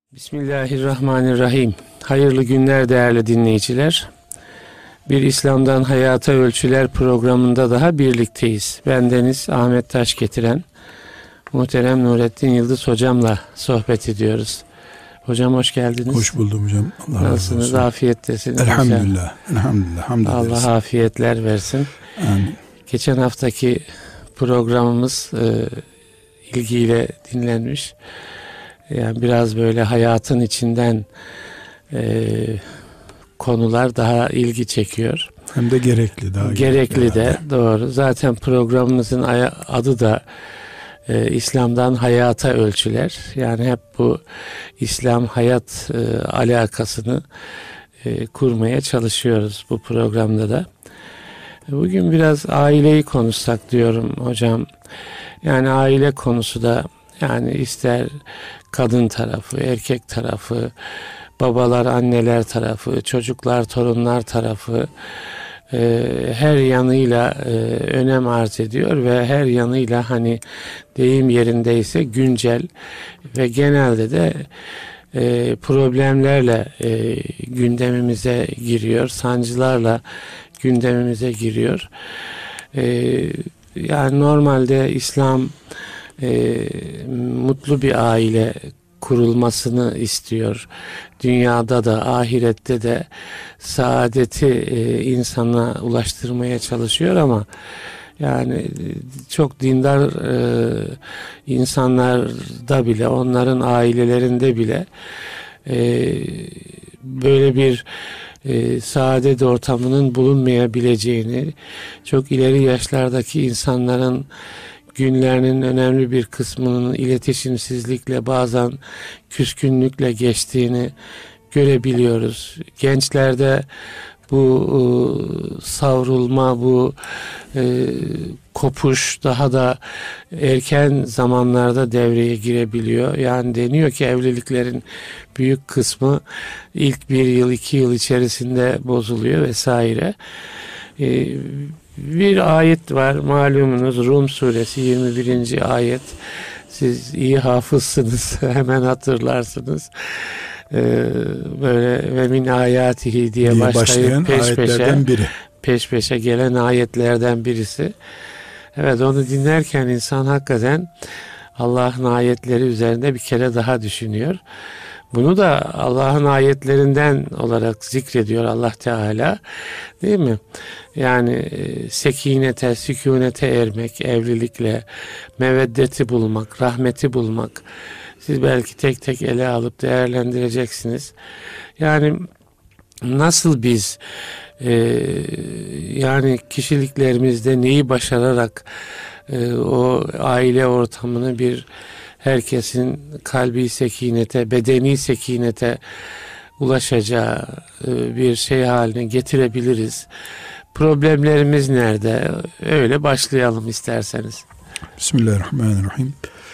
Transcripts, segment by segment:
Bismillahirrahmanirrahim. Hayırlı günler değerli dinleyiciler. Bir İslam'dan Hayata Ölçüler programında daha birlikteyiz. Bendeniz Ahmet Taş getiren muhterem Nurettin Yıldız hocamla sohbet ediyoruz. Hocam hoş geldiniz. Hoş buldum hocam. Allah Nasılsınız? razı olsun. Afiyettesiniz. Elhamdülillah. Elhamdülillah. Allah afiyetler versin. Amin. Geçen haftaki programımız ilgiyle dinlenmiş. Yani biraz böyle hayatın içinden konular daha ilgi çekiyor. Hem de gerekli. Daha gerekli de doğru. Zaten programımızın adı da İslam'dan Hayata Ölçüler. Yani hep bu İslam hayat alakasını kurmaya çalışıyoruz bu programda da. Bugün biraz aileyi konuşsak diyorum hocam. Yani aile konusu da yani ister kadın tarafı, erkek tarafı, babalar, anneler tarafı, çocuklar, torunlar tarafı her yanıyla önem arz ediyor ve her yanıyla hani deyim yerindeyse güncel ve genelde de problemlerle gündemimize giriyor, sancılarla gündemimize giriyor. Yani normalde İslam mutlu bir aile kurulmasını istiyor. Dünyada da ahirette de saadeti insana ulaştırmaya çalışıyor ama yani çok dindar insanlarda bile, onların ailelerinde bile böyle bir saadet ortamının bulunmayabileceğini, çok ileri yaşlardaki insanların günlerinin önemli bir kısmının iletişimsizlikle, bazen küskünlükle geçtiğini görebiliyoruz. Gençlerde bu savrulma, bu kopuş daha da erken zamanlarda devreye girebiliyor. Yani deniyor ki evliliklerin büyük kısmı ilk 1 yıl, 2 yıl içerisinde bozuluyor vesaire. Bir ayet var malumunuz, Rum suresi 21. ayet. Siz iyi hafızsınız, hemen hatırlarsınız. Böyle ve min ayatihi diye başlayıp peş peşe gelen ayetlerden birisi. Evet, onu dinlerken insan hakikaten Allah'ın ayetleri üzerinde bir kere daha düşünüyor. Bunu da Allah'ın ayetlerinden olarak zikrediyor Allah Teala, değil mi? Yani sekinete, sükunete ermek, evlilikle, meveddeti bulmak, rahmeti bulmak. Siz belki tek tek ele alıp değerlendireceksiniz. Yani nasıl biz yani kişiliklerimizde neyi başararak o aile ortamını bir herkesin kalbi sekinete, bedeni sekinete ulaşacağı bir şey haline getirebiliriz. Problemlerimiz nerede? Öyle başlayalım isterseniz. Bismillahirrahmanirrahim.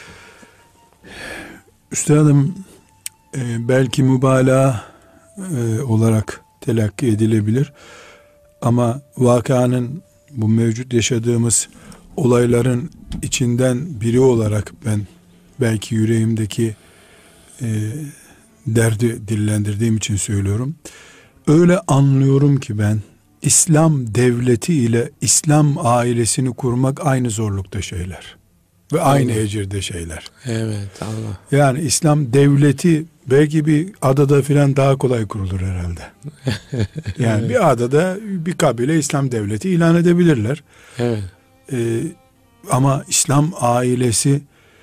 Üstadım, belki mübalağa olarak telakki edilebilir ama vakanın, bu mevcut yaşadığımız olayların içinden biri olarak ben belki yüreğimdeki derdi dillendirdiğim için söylüyorum. Öyle anlıyorum ki ben İslam devleti ile İslam ailesini kurmak aynı zorlukta şeyler ve aynı ecirde şeyler. Evet, Allah. Yani İslam devleti belki bir adada filan daha kolay kurulur herhalde. Yani evet, bir adada bir kabile İslam devleti ilan edebilirler. Evet. Ama İslam ailesi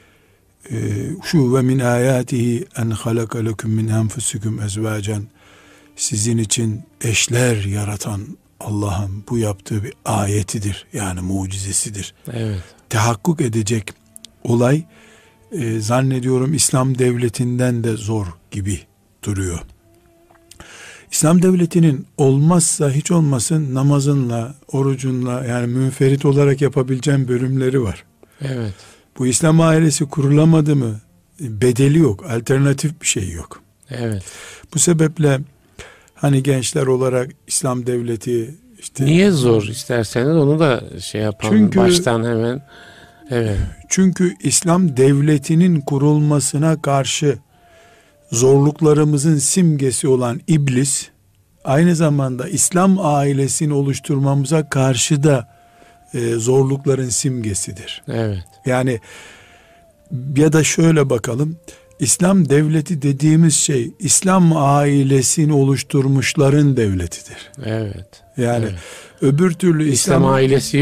şu ve min ayatihi en halaka lekum min enfusikum ezvacen, sizin için eşler yaratan Allah'ın bu yaptığı bir ayetidir. Yani mucizesidir. Evet. Tehakkuk edecek olay zannediyorum İslam devletinden de zor gibi duruyor. İslam devletinin olmazsa hiç olmasın namazınla, orucunla, yani münferit olarak yapabileceğin bölümleri var. Evet. Bu İslam ailesi kurulamadı mı bedeli yok, alternatif bir şey yok. Evet. Bu sebeple hani gençler olarak İslam devleti işte... Niye zor isterseniz onu da şey yapalım. Çünkü, baştan hemen. Evet. Çünkü İslam devletinin kurulmasına karşı zorluklarımızın simgesi olan iblis, aynı zamanda İslam ailesini oluşturmamıza karşı da zorlukların simgesidir. Evet. Yani ya da şöyle bakalım, İslam devleti dediğimiz şey İslam ailesini oluşturmuşların devletidir. Evet. Yani evet. öbür türlü İslam ailesi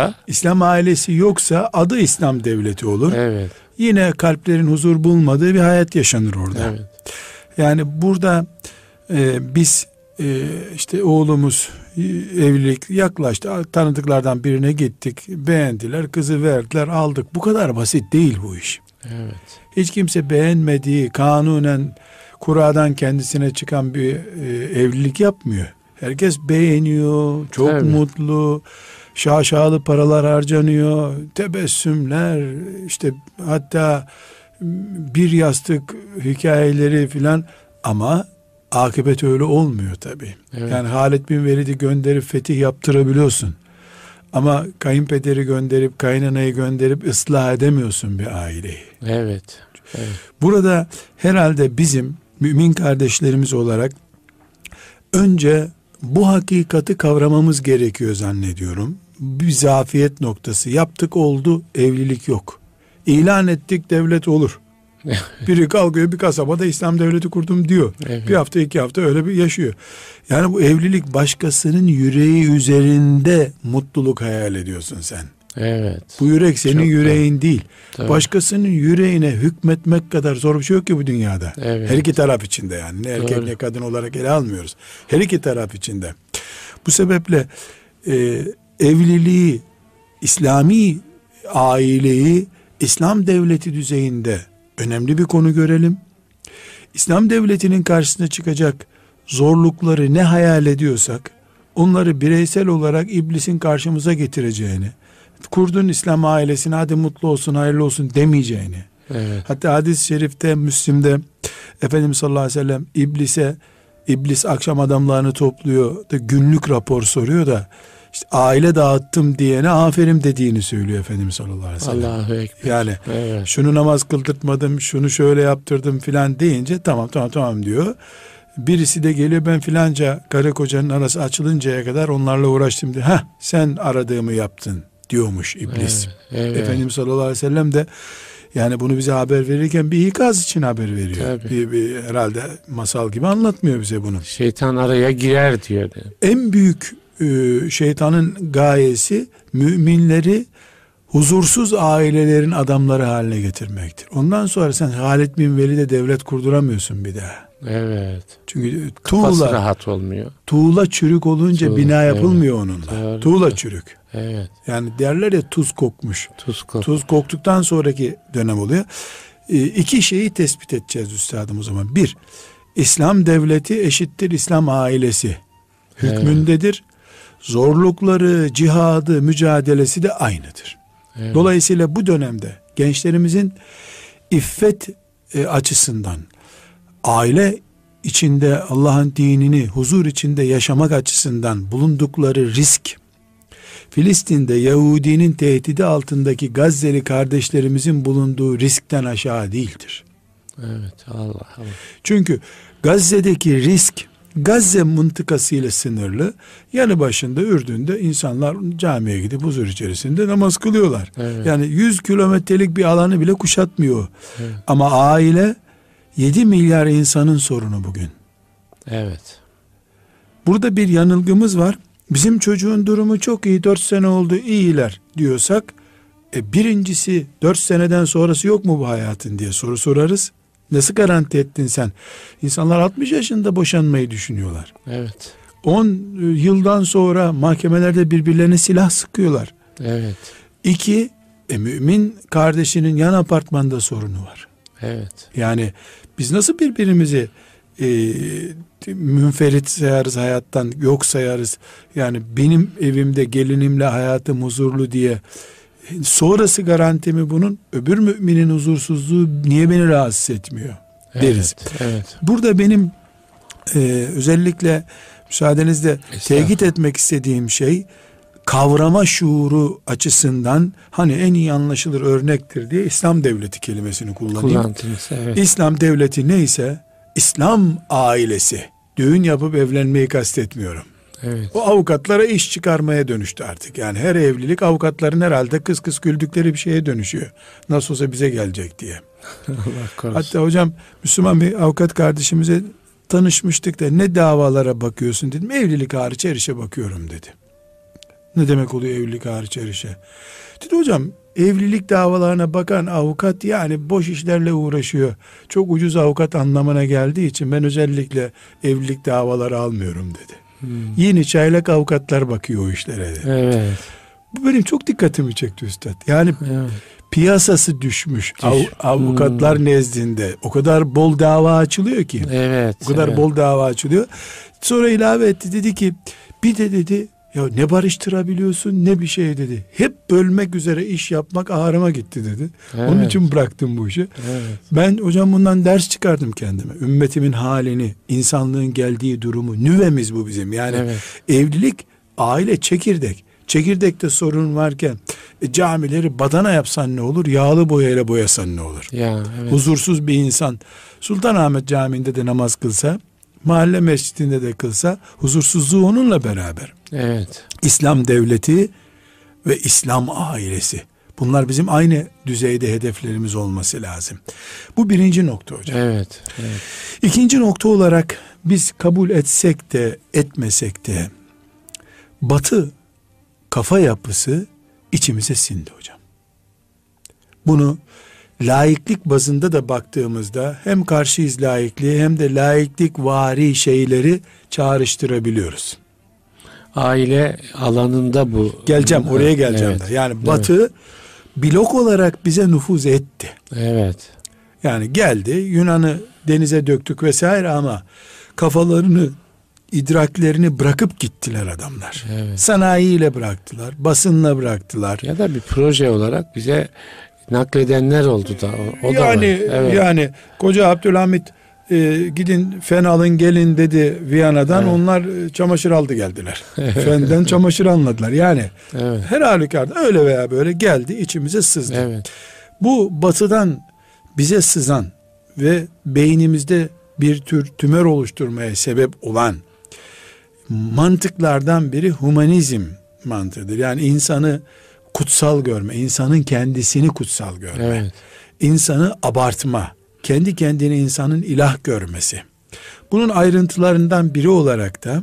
yoksa adı İslam devleti olur. Evet. Yine kalplerin huzur bulmadığı bir hayat yaşanır orada. Evet. Yani burada biz işte oğlumuz evlilik yaklaştı, tanıdıklardan birine gittik, beğendiler, kızı verdiler, aldık. Bu kadar basit değil bu iş. Evet. Hiç kimse beğenmediği, kanunen kuradan kendisine çıkan bir evlilik yapmıyor. Herkes beğeniyor, çok Tabii. mutlu, şaşalı paralar harcanıyor, tebessümler, işte hatta bir yastık hikayeleri filan, ama akıbet öyle olmuyor tabii. Evet. Yani Halid bin Velid'i gönderip fetih yaptırabiliyorsun. Ama kayınpederi gönderip, kaynanayı gönderip ıslah edemiyorsun bir aileyi. Evet. Evet. Burada herhalde bizim mümin kardeşlerimiz olarak önce bu hakikati kavramamız gerekiyor zannediyorum. Bir zafiyet noktası. Yaptık, oldu, evlilik yok. İlan ettik, devlet olur. Biri kalkıyor bir kasabada İslam devleti kurdum diyor. Evet. Bir hafta 2 hafta öyle bir yaşıyor. Yani bu evlilik, başkasının yüreği üzerinde mutluluk hayal ediyorsun sen. Evet. Bu yürek senin Çok yüreğin değil. Tabii. Başkasının yüreğine hükmetmek kadar zor bir şey yok ki bu dünyada. Evet. Her iki taraf içinde yani. Ne erkek Doğru. ne kadın olarak ele almıyoruz. Her iki taraf içinde. Bu sebeple evliliği, İslami aileyi İslam devleti düzeyinde önemli bir konu görelim. İslam devletinin karşısına çıkacak zorlukları ne hayal ediyorsak, onları bireysel olarak iblisin karşımıza getireceğini, kurdun İslam ailesine hadi mutlu olsun, hayırlı olsun demeyeceğini. Evet. Hatta hadis-i şerifte, Müslim'de Efendimiz sallallahu aleyhi ve sellem iblis akşam adamlarını topluyor da günlük rapor soruyor da işte aile dağıttım diyene aferin dediğini söylüyor Efendimiz sallallahu aleyhi ve sellem. Allahu Ekber. Yani Evet. şunu namaz kıldırtmadım, şunu şöyle yaptırdım filan deyince tamam diyor. Birisi de geliyor, ben filanca karı kocanın arası açılıncaya kadar onlarla uğraştım diyor. Sen aradığımı yaptın diyormuş iblis. Evet, evet. Efendimiz sallallahu aleyhi ve sellem de yani bunu bize haber verirken bir ikaz için haber veriyor. Bir herhalde masal gibi anlatmıyor bize bunu. Şeytan araya girer diyor. En büyük şeytanın gayesi müminleri huzursuz ailelerin adamları haline getirmektir. Ondan sonra sen Halid bin Velid'e devlet kurduramıyorsun bir daha. Evet. Çünkü Kafası rahat olmuyor. tuğla çürük olunca bina yapılmıyor evet. onunla. Doğru. Tuğla çürük. Evet. Yani derler ya tuz kokmuş. Tuz koktuktan sonraki dönem oluyor. İki şeyi tespit edeceğiz üstadım o zaman. Bir, İslam devleti eşittir İslam ailesi hükmündedir. Zorlukları, cihadı, mücadelesi de aynıdır. Evet. Dolayısıyla bu dönemde gençlerimizin iffet açısından, aile içinde Allah'ın dinini huzur içinde yaşamak açısından bulundukları risk, Filistin'de Yahudinin tehdidi altındaki Gazze'li kardeşlerimizin bulunduğu riskten aşağı değildir. Evet, Allah. Çünkü Gazze'deki risk Gazze mıntıkasıyla sınırlı. Yanı başında Ürdün'de insanlar camiye gidip huzur içerisinde namaz kılıyorlar. Evet. Yani 100 kilometrelik bir alanı bile kuşatmıyor. Evet. Ama aile 7 milyar insanın sorunu bugün. Evet. Burada bir yanılgımız var. Bizim çocuğun durumu çok iyi, 4 sene oldu, iyiler diyorsak, birincisi 4 seneden sonrası yok mu bu hayatın diye soru sorarız. Nasıl garanti ettin sen? İnsanlar 60 yaşında boşanmayı düşünüyorlar. Evet. 10 yıldan sonra mahkemelerde birbirlerine silah sıkıyorlar. Evet. 2, mümin kardeşinin yan apartmanda sorunu var. Evet. Yani biz nasıl birbirimizi münferit sayarız, hayattan yok sayarız. Yani benim evimde gelinimle hayatım huzurlu diye, sonrası garanti mi bunun? Öbür müminin huzursuzluğu niye beni rahatsız etmiyor deriz. Evet. Burada benim özellikle müsaadenizle tekit etmek istediğim şey, kavrama şuuru açısından hani en iyi anlaşılır örnektir diye İslam devleti kelimesini kullanayım. Evet. İslam devleti neyse İslam ailesi, düğün yapıp evlenmeyi kastetmiyorum. Evet. O avukatlara iş çıkarmaya dönüştü artık. Yani her evlilik avukatların herhalde kıs kıs güldükleri bir şeye dönüşüyor. Nasıl olsa bize gelecek diye. Allah korusun. Hatta hocam, Müslüman bir avukat kardeşimize tanışmıştık da ne davalara bakıyorsun dedim. Evlilik hariç her işe bakıyorum dedi. Ne demek oluyor evlilik hariç her işe? Dedi hocam, evlilik davalarına bakan avukat yani boş işlerle uğraşıyor. Çok ucuz avukat anlamına geldiği için ben özellikle evlilik davaları almıyorum dedi. Yeni çaylak avukatlar bakıyor o işlere dedi. Evet. Bu benim çok dikkatimi çekti üstad. Yani Evet. piyasası düşmüş. Avukatlar nezdinde o kadar bol dava açılıyor ki. Evet. O kadar bol dava açılıyor. Sonra ilave etti, dedi ki bir de dedi ya ne barıştırabiliyorsun ne bir şey dedi. Hep bölmek üzere iş yapmak ağrıma gitti dedi. Evet. Onun için bıraktım bu işi. Evet. Ben hocam bundan ders çıkardım kendime. Ümmetimin halini, insanlığın geldiği durumu, nüvemiz bu bizim. Yani Evet. evlilik, aile çekirdek. Çekirdekte sorun varken camileri badana yapsan ne olur? Yağlı boyayla boyasan ne olur? Ya, evet. Huzursuz bir insan Sultanahmet Camii'nde de namaz kılsa, mahalle mescidinde de kılsa huzursuzluğu onunla beraber. Evet. İslam devleti ve İslam ailesi. Bunlar bizim aynı düzeyde hedeflerimiz olması lazım. Bu birinci nokta hocam. Evet. Evet. İkinci nokta olarak biz kabul etsek de etmesek de Batı kafa yapısı içimize sindi hocam. Bunu laiklik bazında da baktığımızda hem karşıyız laikliğe hem de laiklik vari şeyleri çağrıştırabiliyoruz. Aile alanında bu. Geleceğim, oraya geleceğim Evet. da. Yani Batı blok olarak bize nüfuz etti. Evet. Yani geldi, Yunan'ı denize döktük vesaire ama kafalarını, idraklerini bırakıp gittiler adamlar. Evet. Sanayiyle bıraktılar, basınla bıraktılar. Ya da bir proje olarak bize nakledenler oldu da. O da Yani var. Evet. yani koca Abdülhamit gidin fen alın gelin dedi Viyana'dan, Evet. onlar çamaşır aldı geldiler. Fenden çamaşır anladılar. Yani Evet. her halükarda öyle veya böyle geldi, içimize sızdı. Evet. Bu batıdan bize sızan ve beynimizde bir tür tümör oluşturmaya sebep olan mantıklardan biri humanizm mantığıdır. Yani insanı kutsal görme, insanın kendisini kutsal görme, Evet. insanı abartma, kendi kendini insanın ilah görmesi. Bunun ayrıntılarından biri olarak da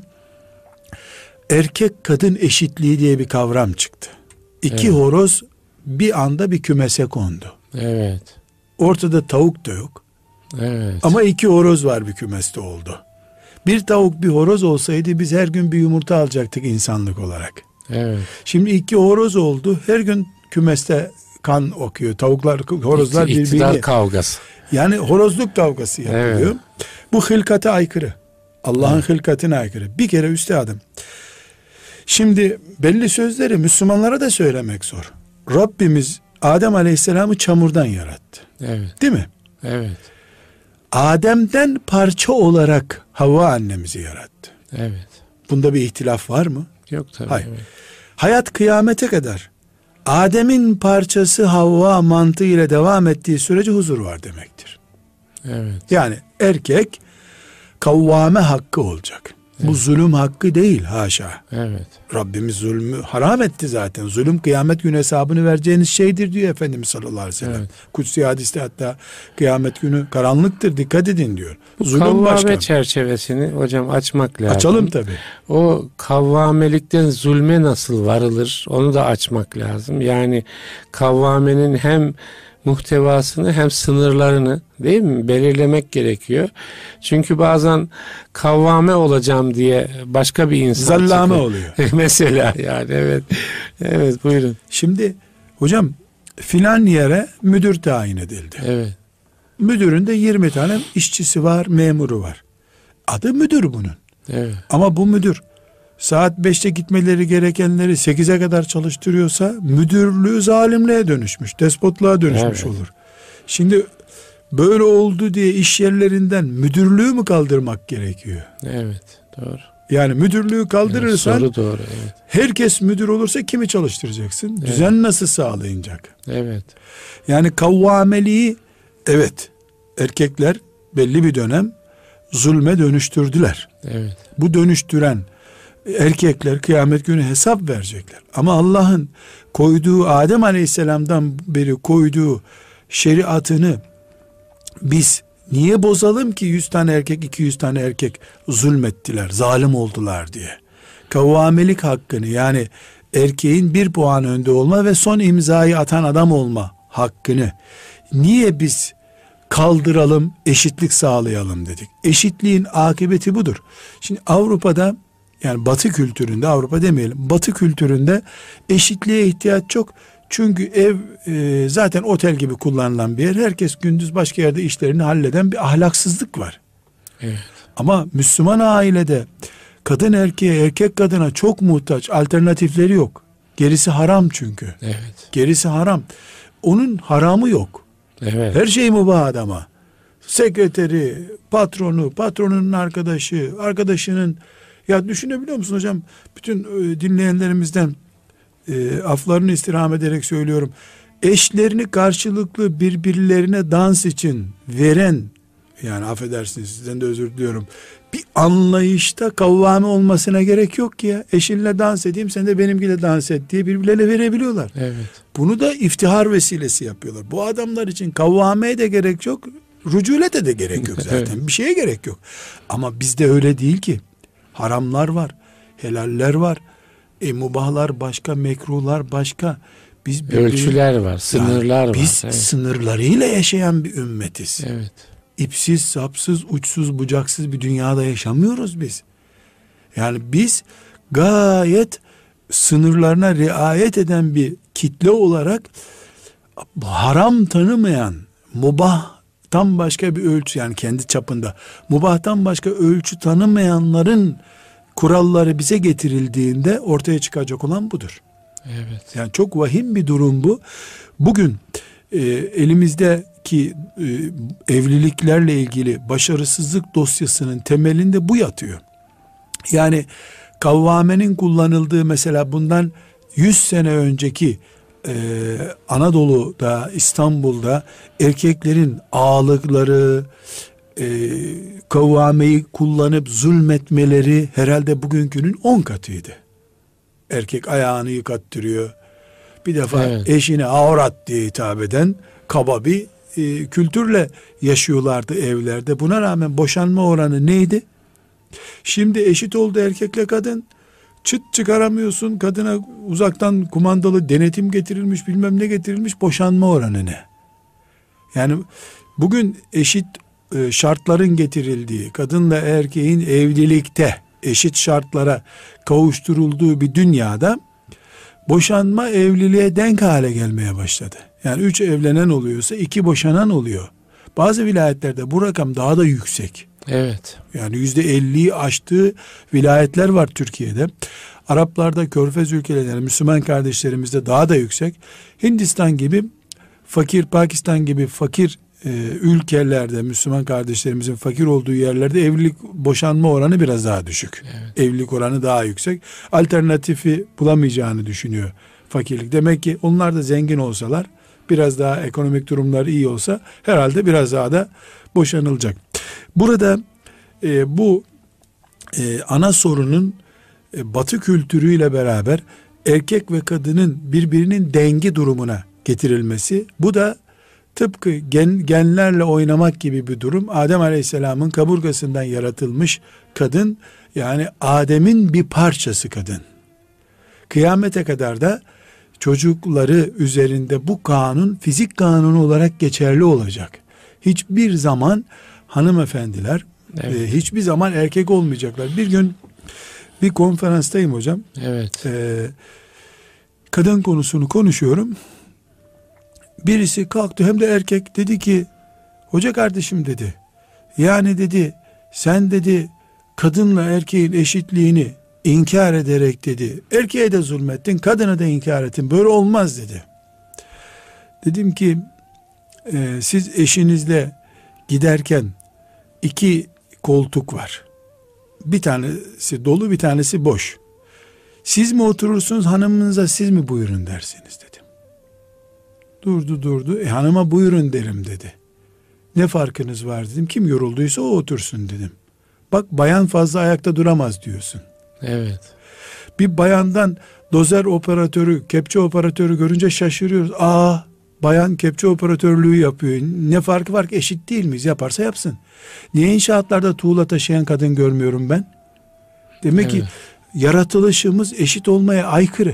erkek kadın eşitliği diye bir kavram çıktı. İki Evet. horoz bir anda bir kümese kondu. Evet. Ortada tavuk da yok. Evet. Ama iki horoz var bir kümeste oldu. Bir tavuk bir horoz olsaydı biz her gün bir yumurta alacaktık insanlık olarak. Evet. Şimdi iki horoz oldu. Her gün kümeste kan okuyor. Tavuklar, horozlar İktidar birbirini. kavgası. Yani horozluk kavgası yapılıyor. Evet. Bu hılkate aykırı. Allah'ın hılkatine aykırı. Bir kere üstadım. Şimdi belli sözleri Müslümanlara da söylemek zor. Rabbimiz Adem Aleyhisselam'ı çamurdan yarattı. Evet. Değil mi? Evet. Adem'den parça olarak Havva annemizi yarattı. Evet. Bunda bir ihtilaf var mı? Yok tabii. Hayır. Evet. Hayat kıyamete kadar Adem'in parçası Havva mantığıyla devam ettiği sürece huzur var demektir. Evet. Yani erkek kavvame hakkı olacak. Bu zulüm hakkı değil, haşa. Evet. Rabbimiz zulmü haram etti zaten. Zulüm kıyamet günü hesabını vereceğiniz şeydir diyor Efendimiz sallallahu aleyhi ve sellem. Evet. Kutsi hadiste hatta kıyamet günü karanlıktır, dikkat edin diyor. Bu Zulüm kavvame başka. çerçevesini hocam açmak lazım. Açalım tabii. O kavvamelikten zulme nasıl varılır onu da açmak lazım. Yani kavvamenin hem muhtevasını hem sınırlarını değil mi belirlemek gerekiyor. Çünkü bazen kavvame olacağım diye başka bir insan Zallame çıkıyor. oluyor. Mesela yani evet. Evet buyurun. Şimdi hocam filan yere müdür tayin edildi. Evet. Müdürün de 20 tane işçisi var, memuru var. Adı müdür bunun. Evet. Ama bu müdür saat 5'te gitmeleri gerekenleri 8'e kadar çalıştırıyorsa müdürlüğü zalimliğe dönüşmüş, despotluğa dönüşmüş Evet. olur. Şimdi böyle oldu diye iş yerlerinden müdürlüğü mü kaldırmak gerekiyor? Evet. Doğru. Yani müdürlüğü kaldırırsan Soru doğru. Evet. herkes müdür olursa kimi çalıştıracaksın? Düzen nasıl sağlayacak? Evet. Yani kavvameliği, evet, erkekler belli bir dönem zulme dönüştürdüler. Evet. Bu dönüştüren erkekler kıyamet günü hesap verecekler. Ama Allah'ın koyduğu, Adem Aleyhisselam'dan beri koyduğu şeriatını biz niye bozalım ki? 100 tane erkek, 200 tane erkek zulmettiler, zalim oldular diye. Kavvamelik hakkını, yani erkeğin 1 puan önde olma ve son imzayı atan adam olma hakkını niye biz kaldıralım, eşitlik sağlayalım dedik. Eşitliğin akıbeti budur. Şimdi Avrupa'da, yani Batı kültüründe, Avrupa demeyelim, Batı kültüründe eşitliğe ihtiyaç çok. Çünkü ev zaten otel gibi kullanılan bir yer. Herkes gündüz başka yerde işlerini halleden bir ahlaksızlık var. Evet. Ama Müslüman ailede kadın erkeğe, erkek kadına çok muhtaç, alternatifleri yok. Gerisi haram çünkü. Evet. Gerisi haram. Onun haramı yok. Evet. Her şey mübah adama. Sekreteri, patronu, patronunun arkadaşı, arkadaşının, ya düşünebiliyor musun hocam? Bütün dinleyenlerimizden aflarını istirham ederek söylüyorum. Eşlerini karşılıklı birbirlerine dans için veren, yani affedersiniz, sizden de özür diliyorum, bir anlayışta kavvame olmasına gerek yok ki ya. Eşinle dans edeyim, sen de benimkiyle dans et diye birbirlerine verebiliyorlar. Evet. Bunu da iftihar vesilesi yapıyorlar. Bu adamlar için kavvameye de gerek yok, rüculete de gerek yok zaten. Evet. Bir şeye gerek yok. Ama bizde öyle değil ki. Haramlar var, helaller var. Mubahlar başka, mekruhlar başka. Biz Ölçüler var, sınırlar var. Biz Evet. sınırlarıyla yaşayan bir ümmetiz. Evet. İpsiz, sapsız, uçsuz, bucaksız bir dünyada yaşamıyoruz biz. Yani biz gayet sınırlarına riayet eden bir kitle olarak haram tanımayan, mubahtan başka bir ölçü, yani kendi çapında mubahtan başka ölçü tanımayanların kuralları bize getirildiğinde ortaya çıkacak olan budur. Evet. Yani çok vahim bir durum bu. Bugün elimizdeki evliliklerle ilgili başarısızlık dosyasının temelinde bu yatıyor. Yani kavvamenin kullanıldığı, mesela bundan 100 sene önceki Anadolu'da, İstanbul'da erkeklerin ağalıkları, kavvameyi kullanıp zulmetmeleri herhalde bugünkünün 10 katıydı. Erkek ayağını yıkattırıyor. Bir defa Evet. eşine avrat diye hitap eden kaba bir kültürle yaşıyorlardı evlerde. Buna rağmen boşanma oranı neydi? Şimdi eşit oldu erkekle kadın. Çıt çıkaramıyorsun. Kadına uzaktan kumandalı denetim getirilmiş, bilmem ne getirilmiş, boşanma oranı ne? Yani bugün eşit şartların getirildiği, kadınla erkeğin evlilikte eşit şartlara kavuşturulduğu bir dünyada boşanma evliliğe denk hale gelmeye başladı. Yani 3 evlenen oluyorsa 2 boşanan oluyor. Bazı vilayetlerde bu rakam daha da yüksek. Evet. Yani %50'yi aştığı vilayetler var Türkiye'de. Araplarda, Körfez ülkelerinde, yani Müslüman kardeşlerimizde daha da yüksek. Hindistan gibi fakir, Pakistan gibi fakir ülkelerde, Müslüman kardeşlerimizin fakir olduğu yerlerde evlilik boşanma oranı biraz daha düşük. Evet. Evlilik oranı daha yüksek. Alternatifi bulamayacağını düşünüyor fakirlik. Demek ki onlar da zengin olsalar, biraz daha ekonomik durumları iyi olsa herhalde biraz daha da boşanılacak. Burada bu ana sorunun Batı kültürüyle beraber erkek ve kadının birbirinin dengi durumuna getirilmesi, bu da tıpkı genlerle oynamak gibi bir durum. Adem Aleyhisselam'ın kaburgasından yaratılmış kadın, yani Adem'in bir parçası kadın. Kıyamete kadar da çocukları üzerinde bu kanun fizik kanunu olarak geçerli olacak. Hiçbir zaman hanımefendiler Evet. hiçbir zaman erkek olmayacaklar. Bir gün bir konferanstayım hocam. Evet. Kadın konusunu konuşuyorum. Birisi kalktı, hem de erkek, dedi ki, hoca kardeşim dedi, yani dedi sen dedi kadınla erkeğin eşitliğini inkar ederek dedi erkeğe de zulmettin, kadına da inkar ettin, böyle olmaz dedi. Dedim ki siz eşinizle giderken 2 koltuk var, bir tanesi dolu, bir tanesi boş, siz mi oturursunuz, hanımınıza siz mi buyurun dersiniz dedim. Durdu. Hanıma buyurun derim dedi. Ne farkınız var dedim. Kim yorulduysa o otursun dedim. Bak bayan fazla ayakta duramaz diyorsun. Evet. Bir bayandan dozer operatörü, kepçe operatörü görünce şaşırıyoruz. Bayan kepçe operatörlüğü yapıyor. Ne farkı var ki, eşit değil miyiz? Yaparsa yapsın. Niye inşaatlarda tuğla taşıyan kadın görmüyorum ben? Demek ki yaratılışımız eşit olmaya aykırı.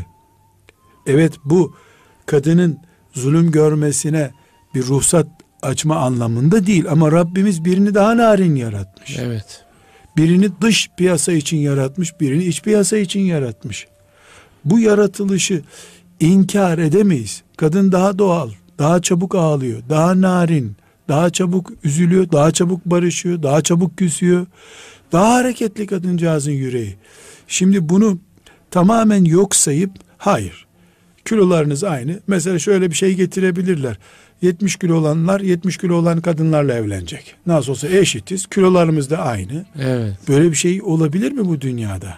Evet, bu kadının zulüm görmesine bir ruhsat açma anlamında değil, ama Rabbimiz birini daha narin yaratmış. Evet. Birini dış piyasa için yaratmış, birini iç piyasa için yaratmış. Bu yaratılışı inkar edemeyiz. Kadın daha doğal, daha çabuk ağlıyor, daha narin, daha çabuk üzülüyor, daha çabuk barışıyor, daha çabuk küsüyor. Daha hareketli kadıncağızın yüreği. Şimdi bunu tamamen yok sayıp, hayır, kilolarınız aynı. Mesela şöyle bir şey getirebilirler. 70 kilo olanlar 70 kilo olan kadınlarla evlenecek. Nasıl olsa eşitiz, kilolarımız da aynı. Evet. Böyle bir şey olabilir mi bu dünyada?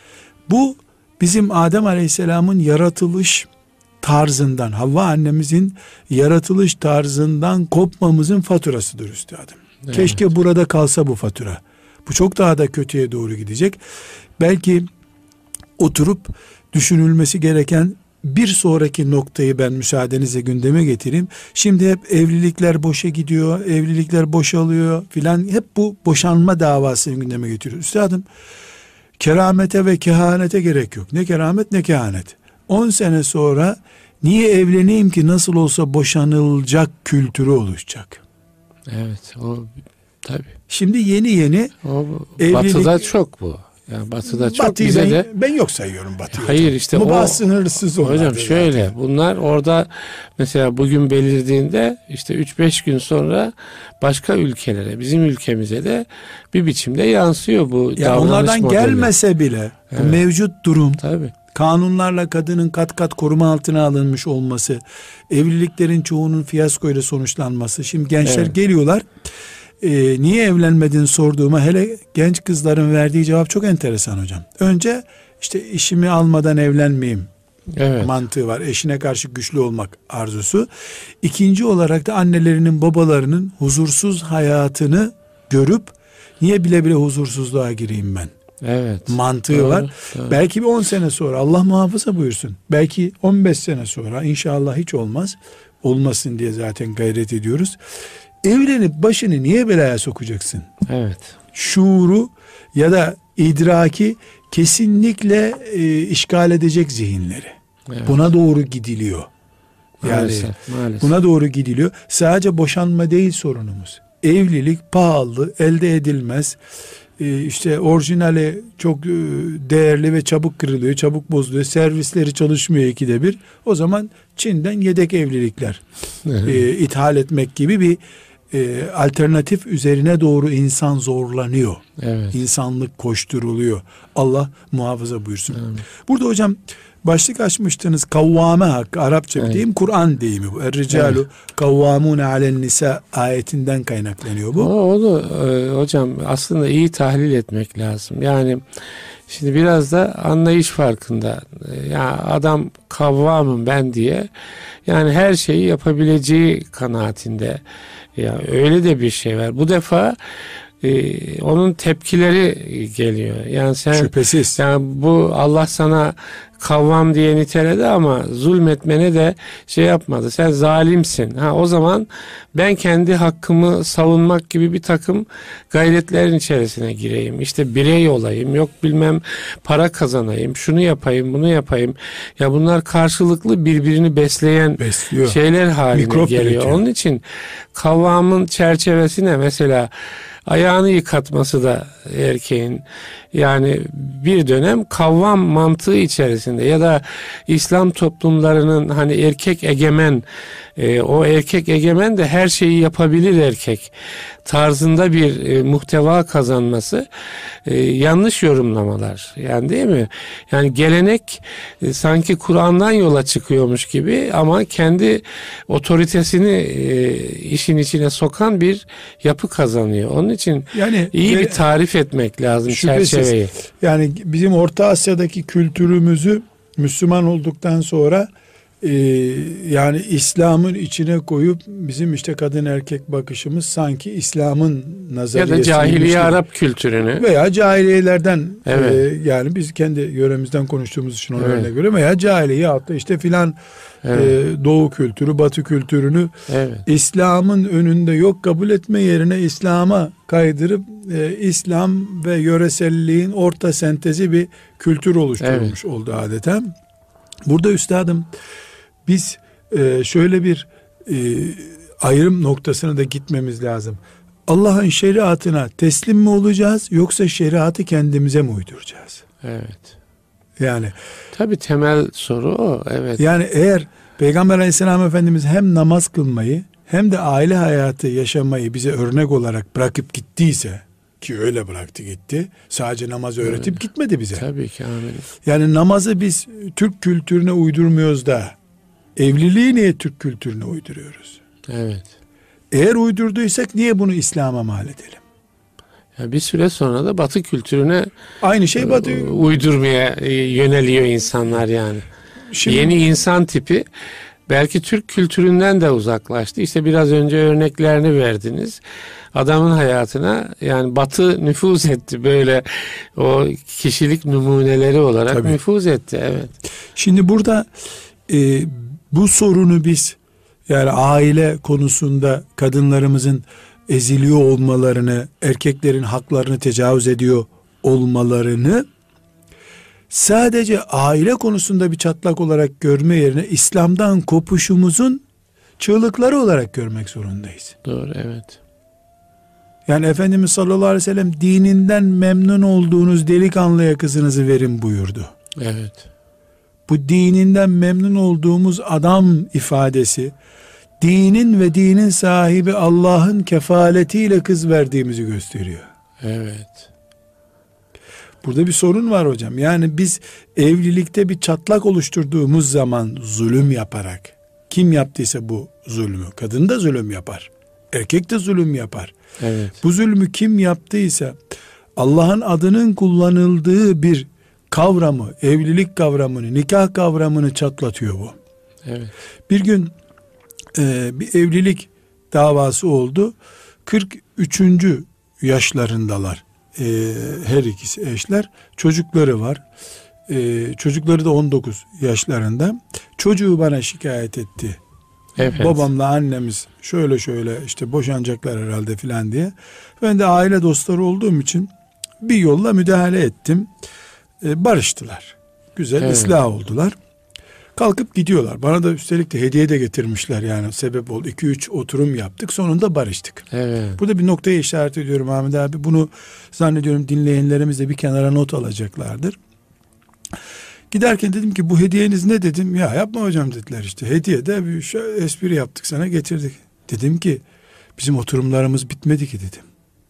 Bu bizim Adem Aleyhisselam'ın yaratılış tarzından, Havva annemizin yaratılış tarzından kopmamızın faturasıdır üstadım. Evet. Keşke burada kalsa bu fatura. Bu çok daha da kötüye doğru gidecek. Belki oturup düşünülmesi gereken bir sonraki noktayı ben müsaadenizle gündeme getireyim. Şimdi hep evlilikler boşa gidiyor, evlilikler boşalıyor filan, hep bu boşanma davasını gündeme getiriyor. Üstadım, keramete ve kehanete gerek yok. Ne keramet ne kehanet. 10 sene sonra niye evleneyim ki, nasıl olsa boşanılacak kültürü oluşacak. Evet, o tabii. Şimdi yeni o evlilik, Batı'da çok bu. Yani Batı'da çok, Batı'yı bize ben yok sayıyorum Batı'yı. Hayır hocam. İşte Mubah sınırsız onlar. Hocam şöyle zaten. Bunlar orada mesela bugün belirdiğinde işte 3-5 gün sonra başka ülkelere, bizim ülkemize de bir biçimde yansıyor bu ya onlardan modeli. Gelmese bile bu mevcut durum, tabii, kanunlarla kadının kat kat koruma altına alınmış olması, evliliklerin çoğunun fiyaskoyla sonuçlanması. Şimdi gençler geliyorlar, niye evlenmedin sorduğuma, hele genç kızların verdiği cevap çok enteresan hocam. Önce işte işimi almadan evlenmeyeyim mantığı var. Eşine karşı güçlü olmak arzusu. İkinci olarak da annelerinin, babalarının huzursuz hayatını görüp niye bile bile huzursuzluğa gireyim ben? Evet. Mantığı var. Doğru. Belki bir 10 sene sonra, Allah muhafaza buyursun, belki 15 sene sonra, inşallah hiç olmaz, olmasın diye zaten gayret ediyoruz. Evlenip başını niye belaya sokacaksın? Evet. Şuuru ya da idraki kesinlikle işgal edecek zihinleri. Evet. Buna doğru gidiliyor. Yani maalesef. Buna doğru gidiliyor. Sadece boşanma değil sorunumuz. Evlilik pahalı, elde edilmez. İşte orijinali çok değerli ve çabuk kırılıyor, çabuk bozuluyor. Servisleri çalışmıyor 2'de 1. O zaman Çin'den yedek evlilikler ithal etmek gibi bir alternatif üzerine doğru insan zorlanıyor. Evet. İnsanlık koşturuluyor. Allah muhafaza buyursun. Evet. Burada hocam başlık açmıştınız, kavvame hakkı, Arapça bir deyim, Kur'an deyimi bu. Er-ricalu kavvamune alen nisa ayetinden kaynaklanıyor bu. Onu hocam aslında iyi tahlil etmek lazım. Yani şimdi biraz da anlayış farkında. Yani adam kavvamım ben diye, yani her şeyi yapabileceği kanaatinde. Ya öyle de bir şey var. Bu defa onun tepkileri geliyor. Yani sen, şüphesiz. Yani bu Allah sana kavvam diye niteledi ama zulmetmene de şey yapmadı. Sen zalimsin. O zaman ben kendi hakkımı savunmak gibi bir takım gayretlerin içerisine gireyim. İşte birey olayım. Yok bilmem para kazanayım. Şunu yapayım, bunu yapayım. Ya bunlar karşılıklı birbirini besliyor. Şeyler haline mikrop geliyor. Üretiyor. Onun için kavvamın çerçevesine mesela ayağını yıkatması da erkeğin, yani bir dönem kavvam mantığı içerisinde ya da İslam toplumlarının hani erkek egemen, o erkek egemen de her şeyi yapabilir erkek tarzında bir muhteva kazanması yanlış yorumlamalar. Yani değil mi? Yani gelenek sanki Kur'an'dan yola çıkıyormuş gibi ama kendi otoritesini işin içine sokan bir yapı kazanıyor. Onun için yani iyi bir tarif etmek lazım çerçeveyi. Yani bizim Orta Asya'daki kültürümüzü Müslüman olduktan sonra yani İslam'ın içine koyup bizim işte kadın erkek bakışımız sanki İslam'ın nazariyesi. Ya da cahiliye Arap kültürünü. Veya cahiliyelerden, evet. yani biz kendi yöremizden konuştuğumuz için ona örnek göre, veya cahiliye hatta işte filan doğu kültürü, batı kültürünü İslam'ın önünde yok kabul etme yerine İslam'a kaydırıp İslam ve yöreselliğin orta sentezi bir kültür oluşturulmuş oldu adeta. Burada üstadım biz şöyle bir ayrım noktasına da gitmemiz lazım. Allah'ın şeriatına teslim mi olacağız, yoksa şeriatı kendimize mi uyduracağız? Evet. Yani tabii temel soru o. Evet. Yani eğer Peygamber Aleyhisselam Efendimiz hem namaz kılmayı hem de aile hayatı yaşamayı bize örnek olarak bırakıp gittiyse, ki öyle bıraktı gitti, sadece namazı öğretip gitmedi bize. Tabii ki, amin. Yani namazı biz Türk kültürüne uydurmuyoruz da evliliği niye Türk kültürüne uyduruyoruz? Evet. Eğer uydurduysak niye bunu İslam'a mal edelim? Ya bir süre sonra da Batı kültürüne aynı şey uydurmaya yöneliyor insanlar yani. Şimdi, yeni insan tipi belki Türk kültüründen de uzaklaştı. İşte biraz önce örneklerini verdiniz. Adamın hayatına yani Batı nüfuz etti, böyle o kişilik numuneleri olarak nüfuz etti. Evet. Şimdi burada bu sorunu biz, yani aile konusunda kadınlarımızın eziliyor olmalarını, erkeklerin haklarını tecavüz ediyor olmalarını sadece aile konusunda bir çatlak olarak görme yerine İslam'dan kopuşumuzun çığlıkları olarak görmek zorundayız. Doğru, evet. Yani Efendimiz sallallahu aleyhi ve sellem dininden memnun olduğunuz delikanlıya kızınızı verin buyurdu. Evet. Bu dininden memnun olduğumuz adam ifadesi, dinin ve dinin sahibi Allah'ın kefaletiyle kız verdiğimizi gösteriyor. Evet. Burada bir sorun var hocam. Yani biz evlilikte bir çatlak oluşturduğumuz zaman zulüm yaparak, kim yaptıysa bu zulmü, kadın da zulüm yapar, erkek de zulüm yapar. Evet. Bu zulmü kim yaptıysa Allah'ın adının kullanıldığı bir kavramı, evlilik kavramını, nikah kavramını çatlatıyor bu. Evet. Bir gün bir evlilik davası oldu. 43. yaşlarındalar. Her ikisi eşler. Çocukları var. Çocukları da 19 yaşlarında. Çocuğu bana şikayet etti. Evet. Babamla annemiz şöyle şöyle işte boşanacaklar herhalde filan diye. Ben de aile dostları olduğum için bir yolla müdahale ettim. Barıştılar. Güzel ıslah oldular. Kalkıp gidiyorlar. Bana da üstelik de hediye de getirmişler, yani sebep oldu. 2-3 oturum yaptık. Sonunda barıştık. Evet. Burada bir noktaya işaret ediyorum Ahmet abi. Bunu zannediyorum dinleyenlerimiz de bir kenara not alacaklardır. Giderken dedim ki bu hediyeniz ne dedim. Ya yapma hocam dediler işte. Hediye de bir espri yaptık sana getirdik. Dedim ki bizim oturumlarımız bitmedi ki dedim.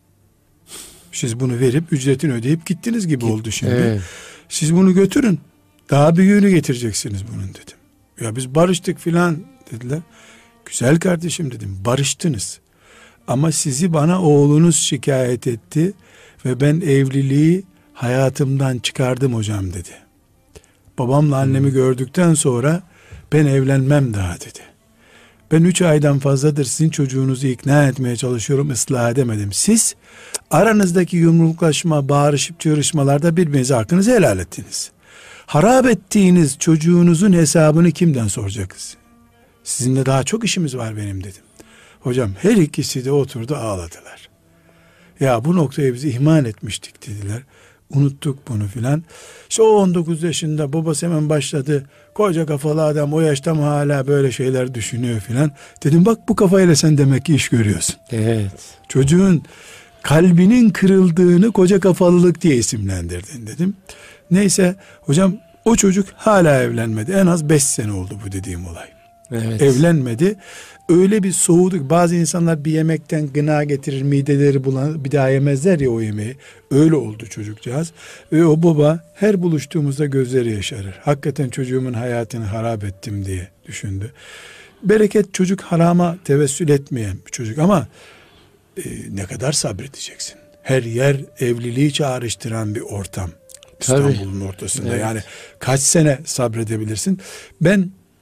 Siz bunu verip ücretini ödeyip gittiniz gibi oldu şimdi. Evet. Siz bunu götürün. Daha büyüğünü getireceksiniz bunun dedim. Ya biz barıştık filan dediler. Güzel kardeşim dedim, barıştınız. Ama sizi bana oğlunuz şikayet etti ve ben evliliği hayatımdan çıkardım hocam dedi. Babamla annemi gördükten sonra ben evlenmem daha dedi. Ben 3 aydan fazladır sizin çocuğunuzu ikna etmeye çalışıyorum, ıslah edemedim. Siz aranızdaki yumruklaşma, bağırışıp çığırışmalarda birbirinize hakkınızı helal ettiniz. Harap ettiğiniz çocuğunuzun hesabını kimden soracaksınız? Sizinle daha çok işimiz var benim dedim. Hocam her ikisi de oturdu ağladılar. Ya bu noktayı biz ihmal etmiştik dediler. Unuttuk bunu filan. İşte o 19 yaşında babası hemen başladı. Koca kafalı adam o yaşta mı hala böyle şeyler düşünüyor filan. Dedim bak bu kafayla sen demek ki iş görüyorsun. Evet. Çocuğun kalbinin kırıldığını koca kafalılık diye isimlendirdin dedim. Neyse hocam o çocuk hala evlenmedi. En az 5 sene oldu bu dediğim olay. Evet. Evlenmedi. Öyle bir soğuduk. Bazı insanlar bir yemekten gına getirir, mideleri bulanır, bir daha yemezler ya o yemeği. Öyle oldu çocukcağız. Ve o baba her buluştuğumuzda gözleri yaşarır. Hakikaten çocuğumun hayatını harap ettim diye düşündü. Bereket çocuk harama tevessül etmeyen bir çocuk ama ne kadar sabredeceksin? Her yer evliliği çağrıştıran bir ortam. İstanbul'un ortasında. Evet. Yani kaç sene sabredebilirsin? Ben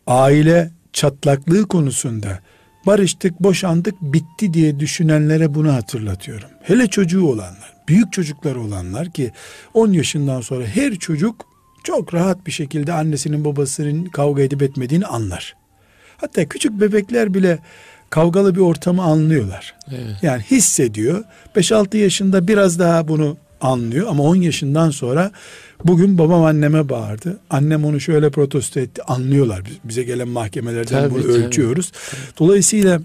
aile çatlaklığı konusunda barıştık, boşandık, bitti diye düşünenlere bunu hatırlatıyorum. Hele çocuğu olanlar, büyük çocukları olanlar ki 10 yaşından sonra her çocuk çok rahat bir şekilde annesinin babasının kavga edip etmediğini anlar. Hatta küçük bebekler bile kavgalı bir ortamı anlıyorlar. Evet. Yani hissediyor. 5-6 yaşında biraz daha bunu anlıyor ama 10 yaşından sonra bugün babam anneme bağırdı. Annem onu şöyle protesto etti. Anlıyorlar. Bize gelen mahkemelerden bunu ölçüyoruz. Dolayısıyla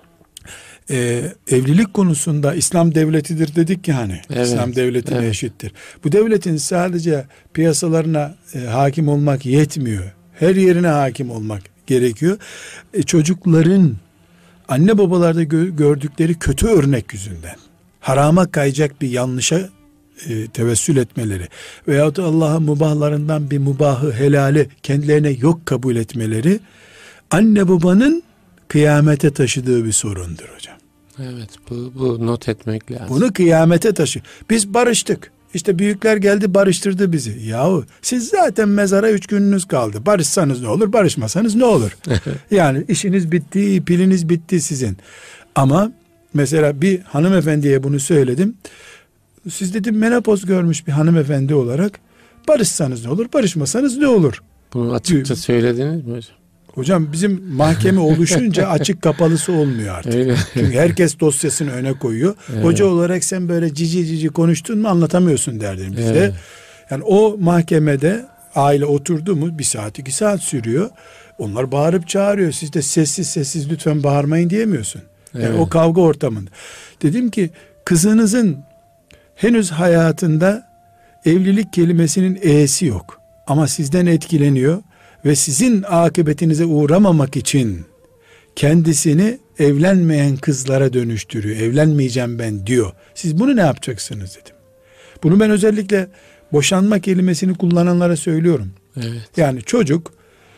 evlilik konusunda İslam devletidir dedik ki hani. Evet, İslam devletine eşittir. Bu devletin sadece piyasalarına hakim olmak yetmiyor. Her yerine hakim olmak gerekiyor. Çocukların anne babalarda gördükleri kötü örnek yüzünden harama kayacak bir yanlışa tevessül etmeleri veyahut Allah'ın mubahlarından bir mubahı helali kendilerine yok kabul etmeleri anne babanın kıyamete taşıdığı bir sorundur hocam. Evet, bu not etmek lazım. Bunu kıyamete taşı. Biz barıştık. İşte büyükler geldi barıştırdı bizi. Yahu siz zaten mezara 3 gününüz kaldı. Barışsanız ne olur, barışmasanız ne olur? Yani işiniz bitti, piliniz bitti sizin. Ama mesela bir hanımefendiye bunu söyledim. Siz dedim menopoz görmüş bir hanımefendi olarak barışsanız ne olur, barışmasanız ne olur? Bunu açıkça söylediniz mi hocam? Hocam bizim mahkeme oluşunca açık kapalısı olmuyor artık. Öyle. Çünkü herkes dosyasını öne koyuyor. Evet. Hoca olarak sen böyle cici konuştun mu anlatamıyorsun derdim bizde. Evet. Yani o mahkemede aile oturdu mu 1 saat 2 saat sürüyor. Onlar bağırıp çağırıyor. Siz de sessiz lütfen bağırmayın diyemiyorsun. Yani evet. O kavga ortamında. Dedim ki kızınızın henüz hayatında evlilik kelimesinin e'si yok. Ama sizden etkileniyor. Ve sizin akıbetinize uğramamak için kendisini evlenmeyen kızlara dönüştürüyor. Evlenmeyeceğim ben diyor. Siz bunu ne yapacaksınız dedim. Bunu ben özellikle boşanma kelimesini kullananlara söylüyorum. Evet. Yani çocuk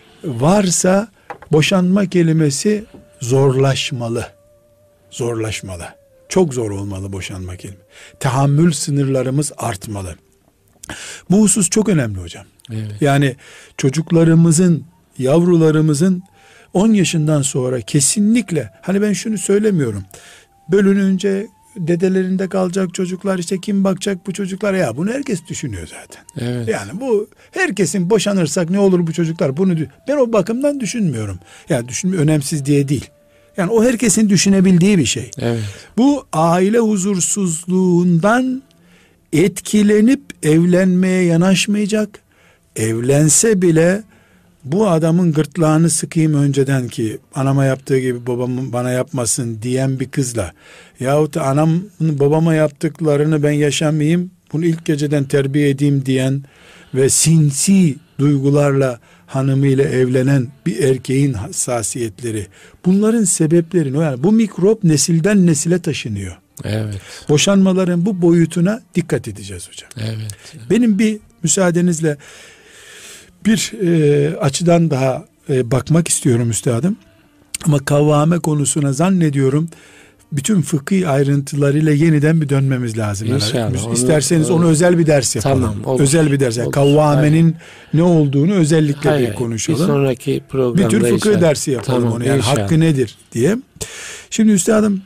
varsa boşanma kelimesi zorlaşmalı. Zorlaşmalı. Çok zor olmalı boşanma kelimesi. Tahammül sınırlarımız artmalı. Bu husus çok önemli hocam. Evet. Yani çocuklarımızın, yavrularımızın 10 yaşından sonra kesinlikle, hani ben şunu söylemiyorum. Bölününce dedelerinde kalacak çocuklar, işte kim bakacak bu çocuklara, ya bunu herkes düşünüyor zaten. Evet. Yani bu herkesin boşanırsak ne olur bu çocuklar, bunu ben o bakımdan düşünmüyorum. Yani önemsiz diye değil. Yani o herkesin düşünebildiği bir şey. Evet. Bu aile huzursuzluğundan etkilenip evlenmeye yanaşmayacak. Evlense bile bu adamın gırtlağını sıkayım önceden ki anama yaptığı gibi babamın bana yapmasın diyen bir kızla yahut anamın babama yaptıklarını ben yaşamayayım, bunu ilk geceden terbiye edeyim diyen ve sinsi duygularla hanımıyla evlenen bir erkeğin hassasiyetleri, bunların sebepleri, yani bu mikrop nesilden nesile taşınıyor. Evet. Boşanmaların bu boyutuna dikkat edeceğiz hocam. Evet. Benim bir müsaadenizle bir açıdan daha bakmak istiyorum üstadım. Ama kavvame konusuna zannediyorum bütün fıkhi ayrıntılarıyla yeniden bir dönmemiz lazım. İnşallah. İsterseniz onu özel bir ders yapalım. Tamam, olur. Özel bir ders. Yani kavvamenin ne olduğunu özellikle bir konuşalım. Bir sonraki programda bir tür fıkıh inşallah dersi yapalım, tamam, onu. Yani inşallah hakkı nedir diye. Şimdi üstadım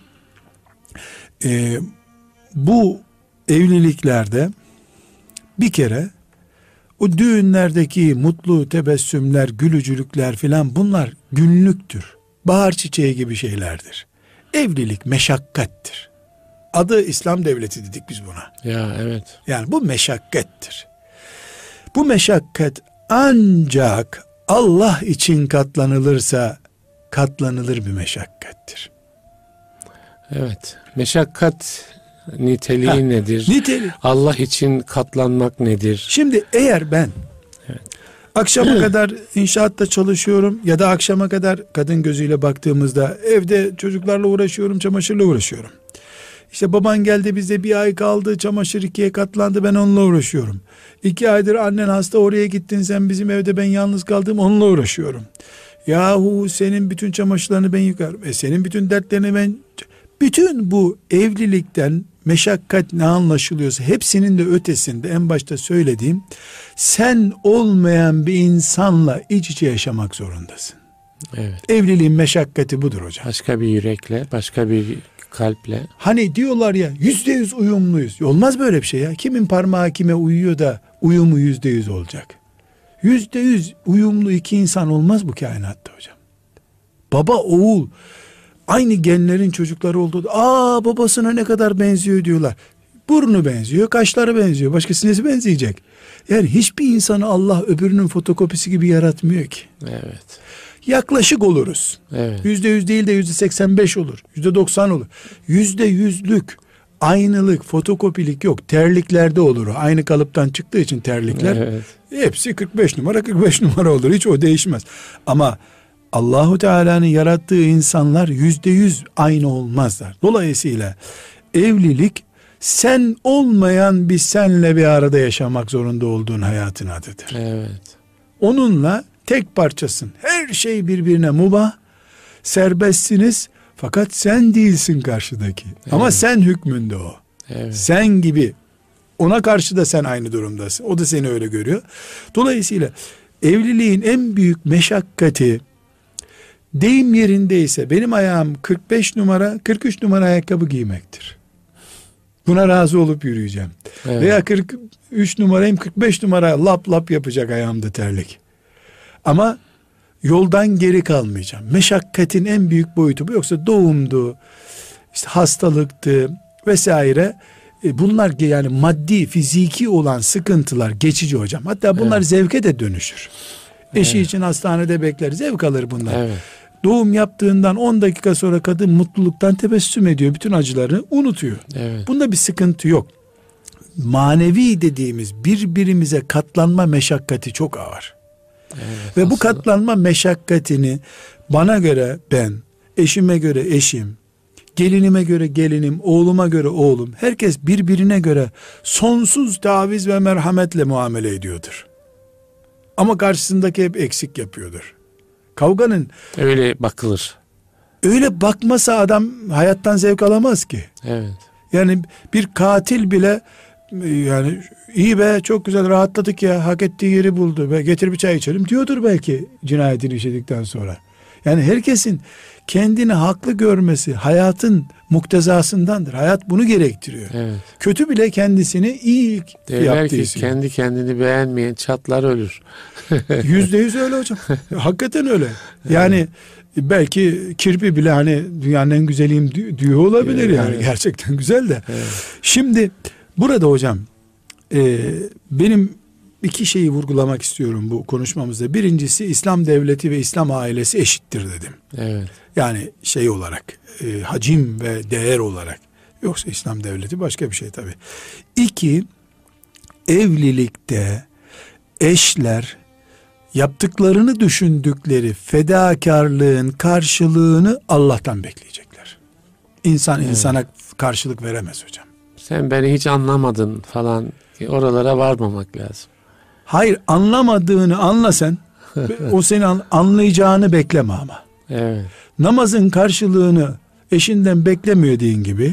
bu evliliklerde bir kere o düğünlerdeki mutlu tebessümler, gülücülükler filan, bunlar günlüktür. Bahar çiçeği gibi şeylerdir. Evlilik meşakkattir. Adı İslam devleti dedik biz buna. Ya evet. Yani bu meşakkattir. Bu meşakkat ancak Allah için katlanılırsa katlanılır bir meşakkattir. Evet. Meşakkat niteliği nedir? Niteliği. Allah için katlanmak nedir? Şimdi eğer ben akşama kadar inşaatta çalışıyorum ya da akşama kadar kadın gözüyle baktığımızda evde çocuklarla uğraşıyorum, çamaşırla uğraşıyorum. İşte baban geldi, bize 1 ay kaldı, çamaşır 2'ye katlandı, ben onunla uğraşıyorum. 2 aydır annen hasta, oraya gittin sen, bizim evde ben yalnız kaldım, onunla uğraşıyorum. Yahu senin bütün çamaşırlarını ben yıkarım. Senin bütün dertlerini ben... Bütün bu evlilikten meşakkat ne anlaşılıyorsa hepsinin de ötesinde en başta söylediğim, sen olmayan bir insanla iç içe yaşamak zorundasın. Evet. Evliliğin meşakkati budur hocam. Başka bir yürekle, başka bir kalple. Hani diyorlar ya %100 uyumluyuz. Olmaz böyle bir şey ya. Kimin parmağı kime uyuyor da uyumu %100 olacak. %100 uyumlu iki insan olmaz bu kainatta hocam. Baba oğul aynı genlerin çocukları olduğu. Babasına ne kadar benziyor diyorlar. Burnu benziyor, kaşları benziyor. Başkası nesi benzeyecek? Yani hiçbir insanı Allah öbürünün fotokopisi gibi yaratmıyor ki. Evet. Yaklaşık oluruz. Evet. %100 değil de %85 olur. %90 olur. %100'lük aynılık, fotokopilik yok. Terliklerde olur o. Aynı kalıptan çıktığı için terlikler. Evet. Hepsi 45 numara 45 numara olur. Hiç o değişmez. Ama Allahu Teala'nın yarattığı insanlar %100 aynı olmazlar. Dolayısıyla evlilik sen olmayan bir senle bir arada yaşamak zorunda olduğun hayatın adıdır. Evet. Onunla tek parçasın. Her şey birbirine mubah. Serbestsiniz. Fakat sen değilsin karşıdaki. Evet. Ama sen hükmünde o. Evet. Sen gibi. Ona karşı da sen aynı durumdasın. O da seni öyle görüyor. Dolayısıyla evliliğin en büyük meşakkati, deyim yerindeyse benim ayağım 45 numara 43 numara ayakkabı giymektir. Buna razı olup yürüyeceğim. Evet. Veya 43 numarayım 45 numara lap lap yapacak ayağımda terlik. Ama yoldan geri kalmayacağım. Meşakkatin en büyük boyutu bu. Yoksa doğumdu, işte hastalıktı vesaire. Bunlar yani maddi, fiziki olan sıkıntılar geçici hocam. Hatta bunlar zevke de dönüşür. Eşi için hastanede bekler, zevk alır bunlar. Evet. Doğum yaptığından 10 dakika sonra kadın mutluluktan tebessüm ediyor. Bütün acılarını unutuyor. Evet. Bunda bir sıkıntı yok. Manevi dediğimiz birbirimize katlanma meşakkati çok ağır. Evet, ve bu katlanma meşakkatini bana göre ben, eşime göre eşim, gelinime göre gelinim, oğluma göre oğlum, herkes birbirine göre sonsuz taviz ve merhametle muamele ediyordur. Ama karşısındaki hep eksik yapıyordur. Kavganın öyle bakılır. Öyle bakmasa adam hayattan zevk alamaz ki. Evet. Yani bir katil bile yani iyi be çok güzel rahatladık ya hak ettiği yeri buldu be getir bir çay içelim diyordur belki cinayetini işledikten sonra. Yani herkesin kendini haklı görmesi hayatın muktezasındandır. Hayat bunu gerektiriyor. Evet. Kötü bile kendisini iyi yaptığı için. Kendi kendini beğenmeyen çatlar ölür. %100 öyle hocam. Hakikaten öyle. Yani belki kirpi bile hani dünyanın en güzeliyim diyor olabilir yani. Evet. Gerçekten güzel de. Evet. Şimdi burada hocam benim iki şeyi vurgulamak istiyorum bu konuşmamızda. Birincisi İslam devleti ve İslam ailesi eşittir dedim. Evet. Yani şey olarak hacim ve değer olarak. Yoksa İslam devleti başka bir şey tabii. İki, evlilikte eşler yaptıklarını düşündükleri fedakarlığın karşılığını Allah'tan bekleyecekler. İnsan insana karşılık veremez hocam. Sen beni hiç anlamadın falan, oralara varmamak lazım. Hayır, anlamadığını anla sen. O seni anlayacağını bekleme ama. Evet. Namazın karşılığını eşinden beklemiyor dediğin gibi,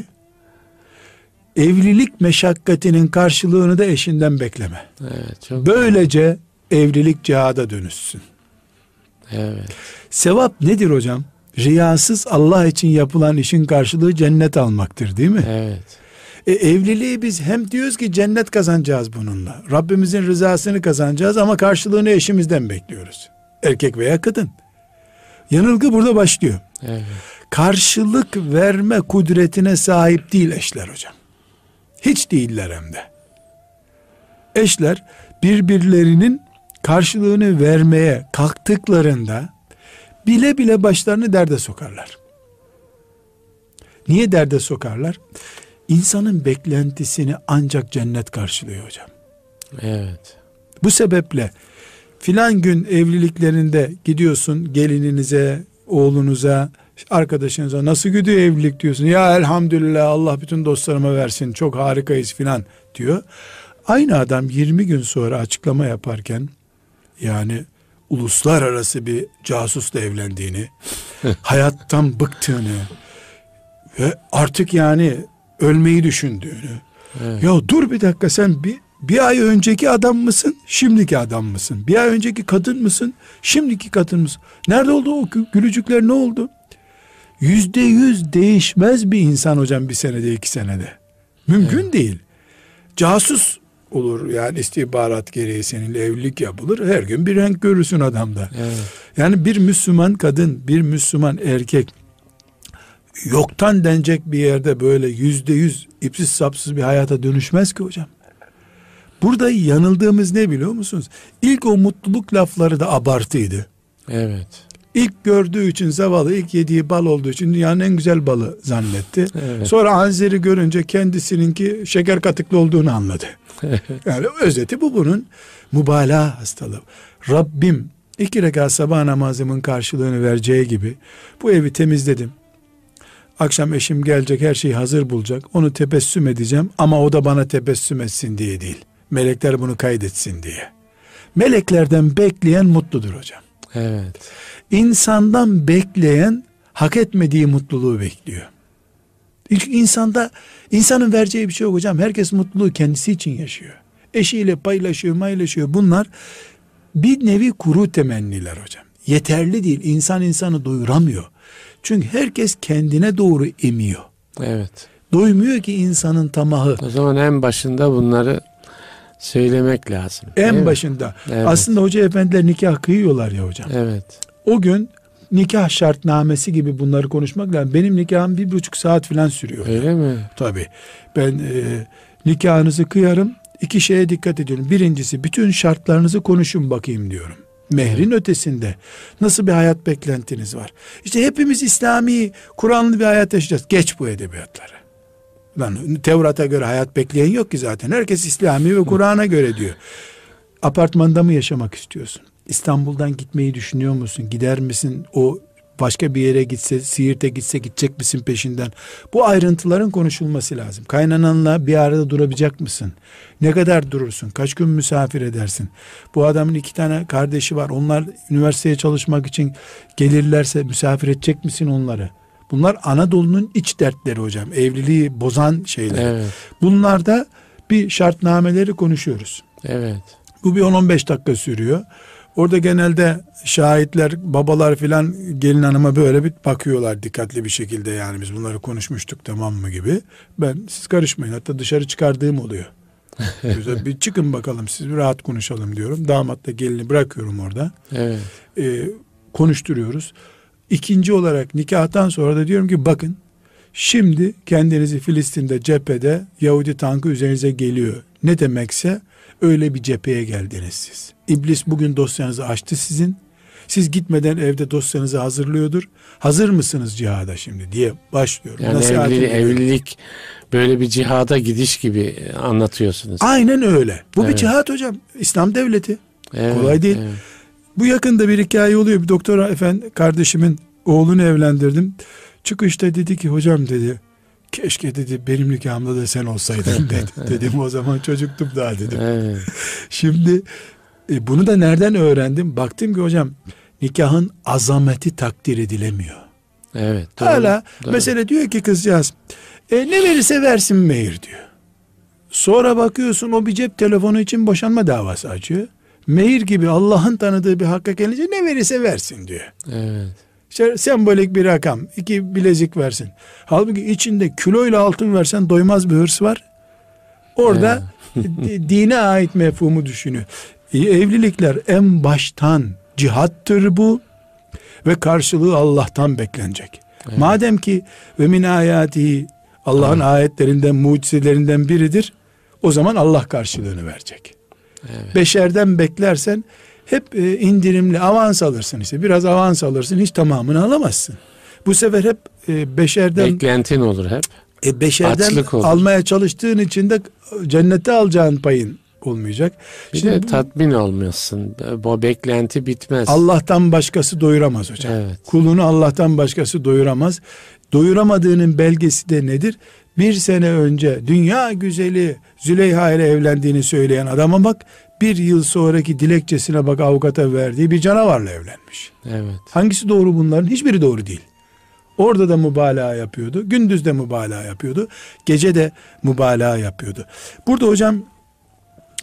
evlilik meşakkatinin karşılığını da eşinden bekleme. Evet, çok böylece evlilik cihada dönüşsün. Evet. Sevap nedir hocam? Riyasız Allah için yapılan işin karşılığı cennet almaktır, değil mi? Evet. Evliliği biz hem diyoruz ki cennet kazanacağız bununla. Rabbimizin rızasını kazanacağız ama karşılığını eşimizden bekliyoruz. Erkek veya kadın. Yanılgı burada başlıyor. Evet. Karşılık verme kudretine sahip değil eşler hocam. Hiç değiller hem de. Eşler birbirlerinin karşılığını vermeye kalktıklarında bile bile başlarını derde sokarlar. Niye derde sokarlar? İnsanın beklentisini ancak cennet karşılıyor hocam. Evet. Bu sebeple filan gün evliliklerinde gidiyorsun gelininize, oğlunuza, arkadaşınıza nasıl gidiyor evlilik diyorsun. Ya elhamdülillah Allah bütün dostlarıma versin çok harikayız filan diyor. Aynı adam 20 gün sonra açıklama yaparken yani uluslararası bir casusla evlendiğini, hayattan bıktığını ve artık yani ölmeyi düşündüğünü. Evet. Ya dur bir dakika sen bir Bir ay önceki adam mısın, şimdiki adam mısın? Bir ay önceki kadın mısın, şimdiki kadın mısın? Nerede oldu o gülücükler, ne oldu? %100 değişmez bir insan hocam bir senede, 2 senede. Mümkün değil. Casus olur yani, istihbarat gereği seninle evlilik yapılır. Her gün bir renk görürsün adamda. Evet. Yani bir Müslüman kadın, bir Müslüman erkek yoktan denecek bir yerde böyle %100 ipsiz sapsız bir hayata dönüşmez ki hocam. Burada yanıldığımız ne biliyor musunuz? İlk o mutluluk lafları da abartıydı. Evet. İlk gördüğü için zavallı, ilk yediği bal olduğu için dünyanın en güzel balı zannetti. Evet. Sonra Anzer'i görünce kendisininki şeker katıklı olduğunu anladı. Yani özeti bu bunun. Mübalağa hastalığı. Rabbim 2 rekat sabah namazımın karşılığını vereceği gibi bu evi temizledim. Akşam eşim gelecek, her şeyi hazır bulacak. Onu tebessüm edeceğim ama o da bana tebessüm etsin diye değil. Melekler bunu kaydetsin diye. Meleklerden bekleyen mutludur hocam. Evet. İnsandan bekleyen hak etmediği mutluluğu bekliyor. Çünkü insanın vereceği bir şey yok hocam. Herkes mutluluğu kendisi için yaşıyor. Eşiyle paylaşıyor. Bunlar bir nevi kuru temenniler hocam. Yeterli değil. İnsan insanı doyuramıyor. Çünkü herkes kendine doğru emiyor. Evet. Doymuyor ki insanın tamahı. O zaman en başında bunları söylemek lazım. En başında. Evet. Aslında hoca efendiler nikah kıyıyorlar ya hocam. Evet. O gün nikah şartnamesi gibi bunları konuşmak lazım. Benim nikahım 1,5 saat falan sürüyor. Öyle mi? Tabii. Ben nikahınızı kıyarım. 2 şeye dikkat ediyorum. Birincisi, bütün şartlarınızı konuşun bakayım diyorum. Mehrin ötesinde nasıl bir hayat beklentiniz var? İşte hepimiz İslami, Kur'anlı bir hayat yaşayacağız. Geç bu edebiyatları. Lan Tevrat'a göre hayat bekleyen yok ki zaten. Herkes İslami ve Kur'an'a göre diyor. Apartmanda mı yaşamak istiyorsun? İstanbul'dan gitmeyi düşünüyor musun? Gider misin? O başka bir yere gitse, Siirt'e gitse gidecek misin peşinden? Bu ayrıntıların konuşulması lazım. Kaynananla bir arada durabilecek misin? Ne kadar durursun? Kaç gün misafir edersin? Bu adamın 2 tane kardeşi var. Onlar üniversiteye çalışmak için gelirlerse misafir edecek misin onları? Bunlar Anadolu'nun iç dertleri hocam. Evliliği bozan şeyler. Evet. Bunlarda bir şartnameleri konuşuyoruz. Evet. Bu bir 10-15 dakika sürüyor. Orada genelde şahitler, babalar filan gelin hanıma böyle bir bakıyorlar dikkatli bir şekilde, yani biz bunları konuşmuştuk tamam mı gibi. Siz karışmayın, hatta dışarı çıkardığım oluyor. Güzel, bir çıkın bakalım, siz bir rahat konuşalım diyorum. Damatla gelini bırakıyorum orada. Evet. Konuşturuyoruz. İkinci olarak nikahtan sonra da diyorum ki bakın, şimdi kendinizi Filistin'de cephede Yahudi tankı üzerinize geliyor. Ne demekse öyle bir cepheye geldiniz siz. İblis bugün dosyanızı açtı sizin. Siz gitmeden evde dosyanızı hazırlıyordur. Hazır mısınız cihada şimdi diye başlıyorum. Yani evlilik böyle bir cihada gidiş gibi anlatıyorsunuz. Aynen öyle. Bu bir Evet. cihat hocam. İslam devleti. Evet, Kolay değil. evet. Bu yakında bir hikaye oluyor. Bir doktor efendi kardeşimin oğlunu evlendirdim. Çıkışta dedi ki hocam dedi, keşke dedi benim nikahımda da sen olsaydın dedi. Dedim o zaman çocuktum daha dedim. Evet. Şimdi bunu da nereden öğrendim? Baktım ki hocam nikahın azameti takdir edilemiyor. Evet. Doğru, Hala doğru. mesela diyor ki kızcağız ne verirse versin mehir diyor. Sonra bakıyorsun o bir cep telefonu için boşanma davası açıyor. Mehir gibi Allah'ın tanıdığı bir hakka gelince ne verirse versin diyor. Evet. İşte sembolik bir rakam, 2 bilezik versin. Halbuki içinde kiloyla altın versen doymaz bir hırs var. Orada dine ait mefhumu düşünüyor. Evlilikler en baştan cihattır bu ve karşılığı Allah'tan beklenecek. Evet. Madem ki ve min ayatihi, Allah'ın ayetlerinden, mucizelerinden biridir, o zaman Allah karşılığını verecek. Evet. Beşerden beklersen hep indirimli avans alırsın işte. Biraz avans alırsın, hiç tamamını alamazsın. Bu sefer hep beşerden beklentin olur hep. Beşerden almaya çalıştığın için de cennete alacağın payın olmayacak. Bir de tatmin olmuyorsun. Bu beklenti bitmez. Allah'tan başkası doyuramaz hocam. Evet. Kulunu Allah'tan başkası doyuramaz. Doyuramadığının belgesi de nedir? 1 sene önce dünya güzeli Züleyha ile evlendiğini söyleyen adama bak, 1 yıl sonraki dilekçesine bak, avukata verdiği bir canavarla evlenmiş. Evet. Hangisi doğru bunların? Hiçbiri doğru değil. Orada da mübalağa yapıyordu. Gündüz de mübalağa yapıyordu. Gece de mübalağa yapıyordu. Burada hocam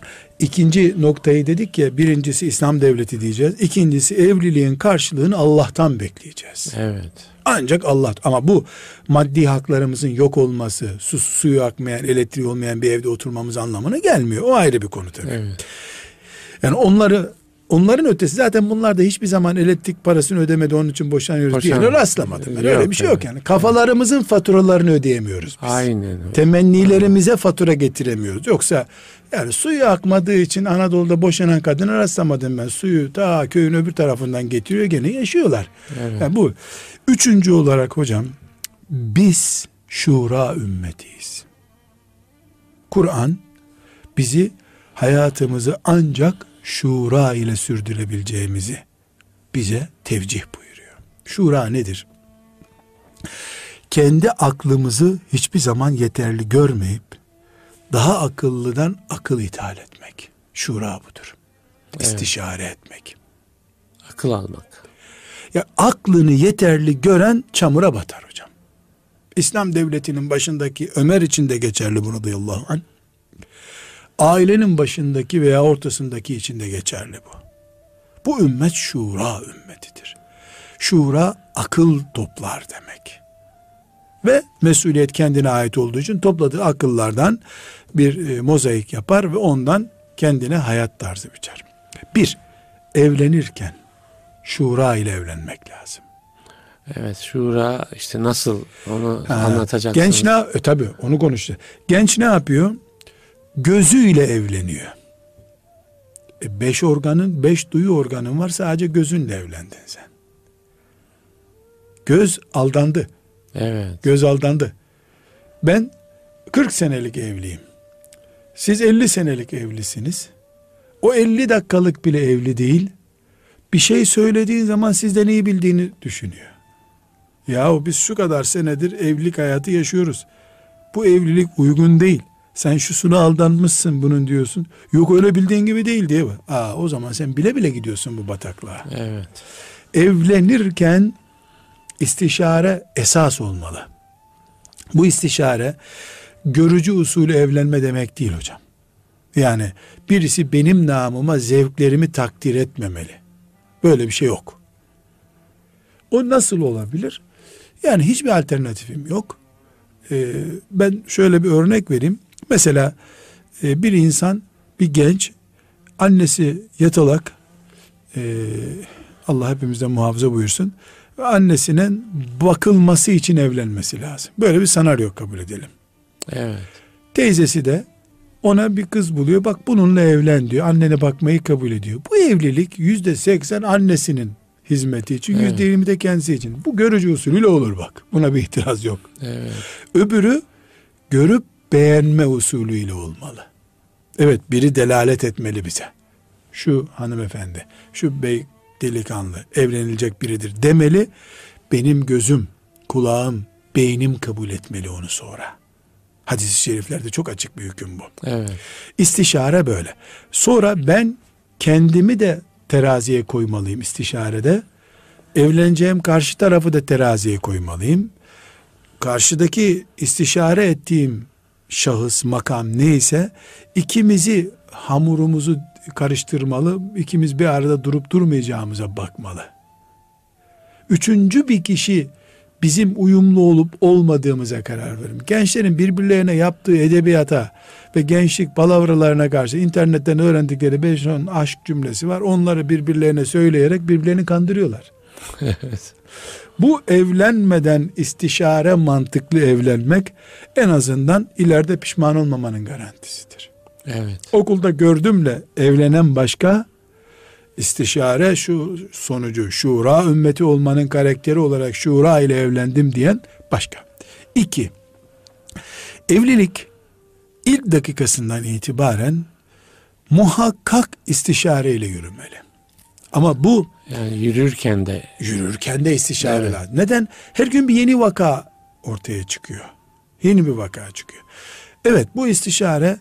İkinci noktayı dedik ya, birincisi İslam devleti diyeceğiz. İkincisi evliliğin karşılığını Allah'tan bekleyeceğiz. Evet. Ancak Allah, ama bu maddi haklarımızın yok olması, suyu akmayan, elektriği olmayan bir evde oturmamız anlamına gelmiyor. O ayrı bir konu tabii. Evet. Yani onların ötesi, zaten bunlar da hiçbir zaman elektrik parasını ödemedi, onun için boşanıyoruz diye rastlamadım. Ben. Öyle bir şey yok yani. Kafalarımızın faturalarını ödeyemiyoruz biz. Aynen öyle. Temennilerimize fatura getiremiyoruz. Yoksa yani suyu akmadığı için Anadolu'da boşanan kadına rastlamadım ben. Suyu ta köyün öbür tarafından getiriyor, gene yaşıyorlar. Evet. Yani bu. Üçüncü olarak hocam, biz şura ümmetiyiz. Kur'an bizi, hayatımızı ancak şura ile sürdürebileceğimizi bize tevcih buyuruyor. Şura nedir? Kendi aklımızı hiçbir zaman yeterli görmeyip daha akıllıdan akıl ithal etmek. Şura budur. Evet. İstişare etmek. Akıl almak. Ya aklını yeterli gören çamura batar hocam. İslam devletinin başındaki Ömer için de geçerli bunu, radıyallahu anh. Ailenin başındaki veya ortasındaki için de geçerli bu. Bu ümmet şura ümmetidir. Şura akıl toplar demek. Ve mesuliyet kendine ait olduğu için topladığı akıllardan bir mozaik yapar ve ondan kendine hayat tarzı biçer. Bir, evlenirken şura ile evlenmek lazım. Evet, şura işte nasıl, onu anlatacaksınız. Genç tabii onu konuştu. Genç ne yapıyor? Gözüyle evleniyor. 5 organın, 5 duyu organın var, sadece gözünle evlendin sen. Göz aldandı. Evet. Göz aldandı. Ben 40 senelik evliyim. Siz 50 senelik evlisiniz. O 50 dakikalık bile evli değil. Bir şey söylediğin zaman sizden iyi bildiğini düşünüyor. Yahu biz şu kadar senedir evlilik hayatı yaşıyoruz. Bu evlilik uygun değil. Sen şusuna aldanmışsın bunun diyorsun. Yok öyle bildiğin gibi değil diye. O zaman sen bile bile gidiyorsun bu bataklığa. Evet. Evlenirken istişare esas olmalı. Bu istişare görücü usulü evlenme demek değil hocam. Yani birisi benim namıma zevklerimi takdir etmemeli. Böyle bir şey yok. O nasıl olabilir? Yani hiçbir alternatifim yok. Ben şöyle bir örnek vereyim. Mesela bir insan, bir genç, annesi yatalak, Allah hepimizden muhafaza buyursun, ve annesinin bakılması için evlenmesi lazım. Böyle bir senaryo kabul edelim. Evet. Teyzesi de ona bir kız buluyor. Bak bununla evlen diyor. Annene bakmayı kabul ediyor. Bu evlilik %80 annesinin hizmeti için, evet, %20 de kendisi için. Bu görücü usulüyle olur bak. Buna bir itiraz yok. Evet. Öbürü görüp beğenme usulüyle olmalı. Evet, biri delalet etmeli bize. Şu hanımefendi, şu bey delikanlı evlenilecek biridir demeli. Benim gözüm, kulağım, beynim kabul etmeli onu sonra. Hadis-i şeriflerde çok açık bir hüküm bu. Evet. İstişare böyle. Sonra ben kendimi de teraziye koymalıyım istişarede. Evleneceğim karşı tarafı da teraziye koymalıyım. Karşıdaki istişare ettiğim şahıs, makam neyse, ikimizi, hamurumuzu karıştırmalı, ikimiz bir arada durup durmayacağımıza bakmalı. Üçüncü bir kişi bizim uyumlu olup olmadığımıza karar verin. Gençlerin birbirlerine yaptığı edebiyata ve gençlik palavralarına karşı internetten öğrendikleri 5-10 aşk cümlesi var. Onları birbirlerine söyleyerek birbirlerini kandırıyorlar. Evet. Bu evlenmeden istişare mantıklı evlenmek en azından ileride pişman olmamanın garantisidir. Evet. Okulda gördümle evlenen başka, istişare şu sonucu, şura ümmeti olmanın karakteri olarak şura ile evlendim diyen başka. 2. Evlilik ilk dakikasından itibaren muhakkak istişare ile yürümeli. Ama bu Yani yürürken de istişare evet, lazım. Neden? Her gün bir yeni vaka ortaya çıkıyor. Yeni bir vaka çıkıyor. Evet, bu istişare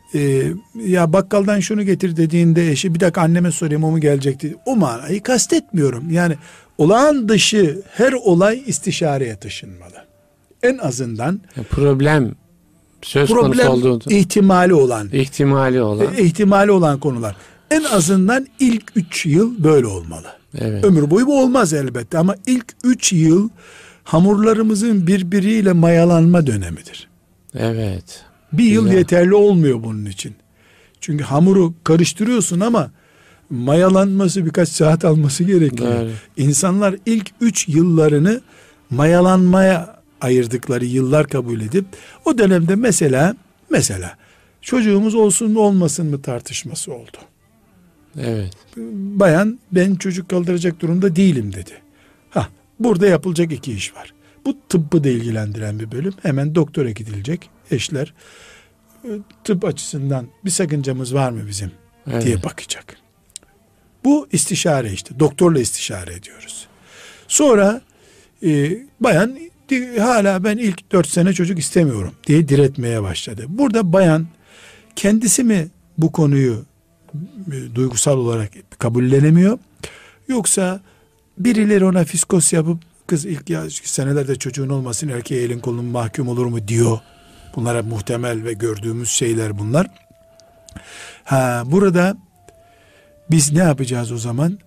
ya bakkaldan şunu getir dediğinde eşi bir dakika anneme sorayım o mu gelecekti. O manayı kastetmiyorum. Yani olağan dışı her olay istişareye taşınmalı. En azından problem söz problem konusu olduğu ihtimali olan ihtimali olan konular. En azından ilk 3 yıl böyle olmalı. Evet. Ömür boyu bu olmaz elbette ama ilk 3 yıl hamurlarımızın birbiriyle mayalanma dönemidir. Evet. Bir yıl Güzel. yeterli olmuyor bunun için. Çünkü hamuru karıştırıyorsun ama mayalanması birkaç saat alması gerekiyor. Evet. İnsanlar ilk 3 yıllarını mayalanmaya ayırdıkları yıllar kabul edip o dönemde mesela çocuğumuz olsun mu olmasın mı tartışması oldu. Evet. Bayan ben çocuk kaldıracak durumda değilim dedi. Burada yapılacak 2 iş var. Bu tıbbı da ilgilendiren bir bölüm. Hemen doktora gidilecek. Eşler tıp açısından bir sakıncamız var mı bizim diye bakacak. Bu istişare işte. Doktorla istişare ediyoruz. Sonra bayan hala ben ilk 4 sene çocuk istemiyorum diye diretmeye başladı. Burada bayan kendisi mi bu konuyu duygusal olarak kabullenemiyor, yoksa birileri ona fiskos yapıp kız ilk senelerde çocuğun olmasın erkeğe elin kolun mahkum olur mu diyor. Bunlara muhtemel ve gördüğümüz şeyler bunlar. Burada biz ne yapacağız o zaman?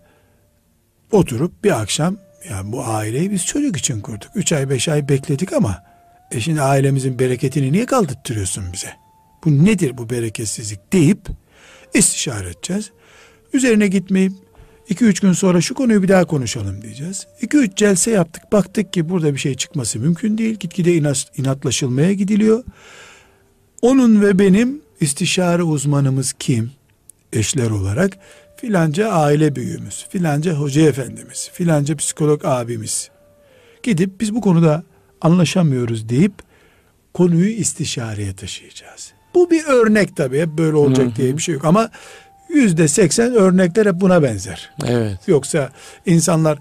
Oturup bir akşam, yani bu aileyi biz çocuk için kurduk. 3 ay 5 ay bekledik ama şimdi ailemizin bereketini niye kaldırttırıyorsun bize? Bu nedir bu bereketsizlik deyip istişare edeceğiz. Üzerine gitmeyip 2-3 gün sonra şu konuyu bir daha konuşalım diyeceğiz. 2-3 celse yaptık. Baktık ki burada bir şey çıkması mümkün değil. Gitgide inatlaşılmaya gidiliyor. Onun ve benim istişare uzmanımız kim? Eşler olarak filanca aile büyüğümüz, filanca hoca efendimiz, filanca psikolog abimiz. Gidip biz bu konuda anlaşamıyoruz deyip konuyu istişareye taşıyacağız. Bu bir örnek tabii. Hep böyle olacak diye bir şey yok ama %80 örnekler hep buna benzer. Evet. Yoksa insanlar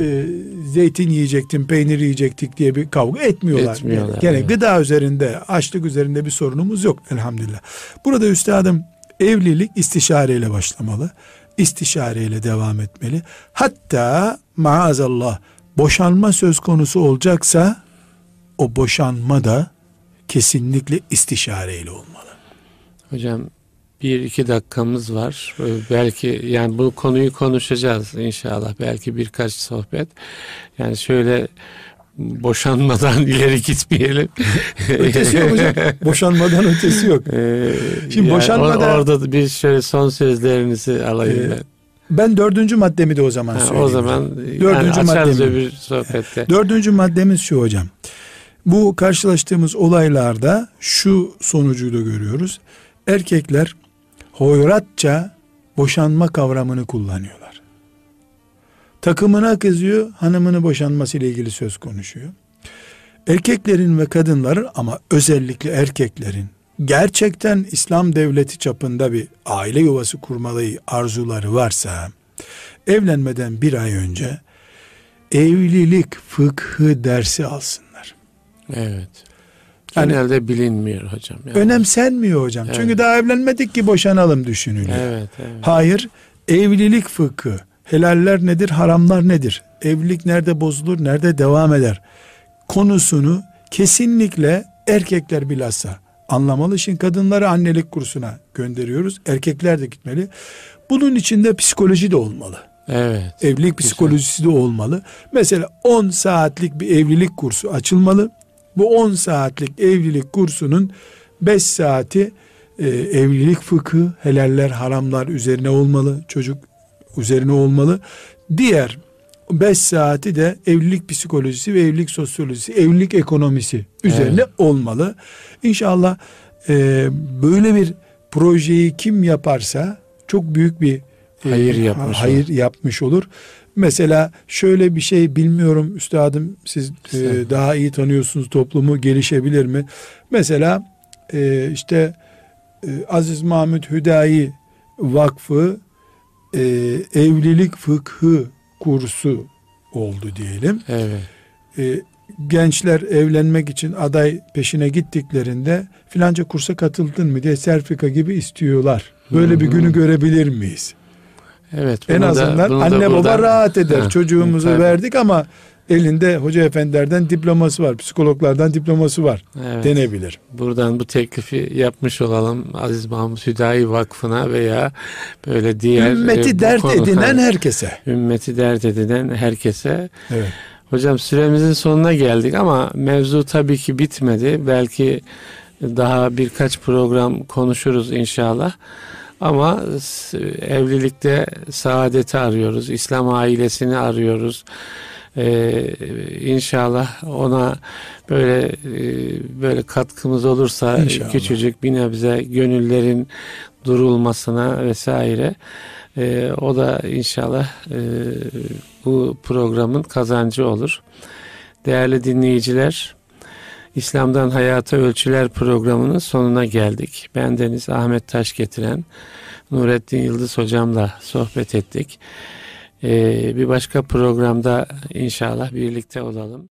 zeytin yiyecektim, peynir yiyecektik diye bir kavga etmiyorlar. Yani evet. Gıda üzerinde, açlık üzerinde bir sorunumuz yok elhamdülillah. Burada üstadım evlilik istişareyle başlamalı. İstişareyle devam etmeli. Hatta maazallah boşanma söz konusu olacaksa o boşanma da kesinlikle istişareyle olmalı. Hocam 1-2 dakikamız var. Belki yani bu konuyu konuşacağız inşallah. Belki birkaç sohbet. Yani şöyle boşanmadan ileri gitmeyelim. Ötesi yok hocam. Boşanmadan ötesi yok. Şimdi yani boşanmadan orada bir şöyle son sözlerinizi alayım ben. Ben 4. maddemi de o zaman söyleyeyim. O zaman 4. maddemi. Bir sohbette. 4. maddemiz şu hocam. Bu karşılaştığımız olaylarda şu sonucu da görüyoruz. Erkekler hoyratça boşanma kavramını kullanıyorlar. Takımına kızıyor, hanımını boşanması ile ilgili söz konuşuyor. Erkeklerin ve kadınların ama özellikle erkeklerin gerçekten İslam devleti çapında bir aile yuvası kurmayı arzuları varsa evlenmeden bir ay önce evlilik fıkhı dersi alsınlar. Evet. Genelde bilinmiyor hocam. Yani. Önemsenmiyor hocam. Evet. Çünkü daha evlenmedik ki boşanalım düşünülüyor. Evet. Hayır, evlilik fıkhı, helaller nedir, haramlar nedir? Evlilik nerede bozulur, nerede devam eder? Konusunu kesinlikle erkekler bilhassa anlamalı. Şimdi kadınları annelik kursuna gönderiyoruz. Erkekler de gitmeli. Bunun içinde psikoloji de olmalı. Evet. Evlilik psikolojisi de olmalı. Mesela 10 saatlik bir evlilik kursu açılmalı. Bu 10 saatlik evlilik kursunun 5 saati evlilik fıkhı, helaller, haramlar üzerine olmalı. Çocuk üzerine olmalı. Diğer 5 saati de evlilik psikolojisi ve evlilik sosyolojisi, evlilik ekonomisi üzerine olmalı. İnşallah böyle bir projeyi kim yaparsa çok büyük bir hayır yapmış olur. Mesela şöyle bir şey, bilmiyorum üstadım, siz daha iyi tanıyorsunuz toplumu, gelişebilir mi? Mesela Aziz Mahmud Hüdayi Vakfı evlilik fıkhı kursu oldu diyelim. Evet. Gençler evlenmek için aday peşine gittiklerinde filanca kursa katıldın mı diye sertifika gibi istiyorlar. Böyle bir günü görebilir miyiz? Evet. En azından anne baba rahat eder. Çocuğumuzu verdik ama elinde hoca efendilerden diploması var, psikologlardan diploması var denebilir. Buradan bu teklifi yapmış olalım Aziz Mahmud Hüdayi Vakfı'na veya böyle diğer ümmeti dert edinen herkese. Ümmeti dert edinen herkese. Evet. Hocam süremizin sonuna geldik ama mevzu tabii ki bitmedi. Belki daha birkaç program konuşuruz inşallah. Ama evlilikte saadeti arıyoruz. İslam ailesini arıyoruz. İnşallah ona böyle katkımız olursa İnşallah. küçücük bir nebze gönüllerin durulmasına vesaire o da inşallah bu programın kazancı olur. Değerli dinleyiciler, İslam'dan Hayata Ölçüler programının sonuna geldik. Bendeniz Ahmet Taş getiren Nurettin Yıldız hocamla sohbet ettik. Bir başka programda inşallah birlikte olalım.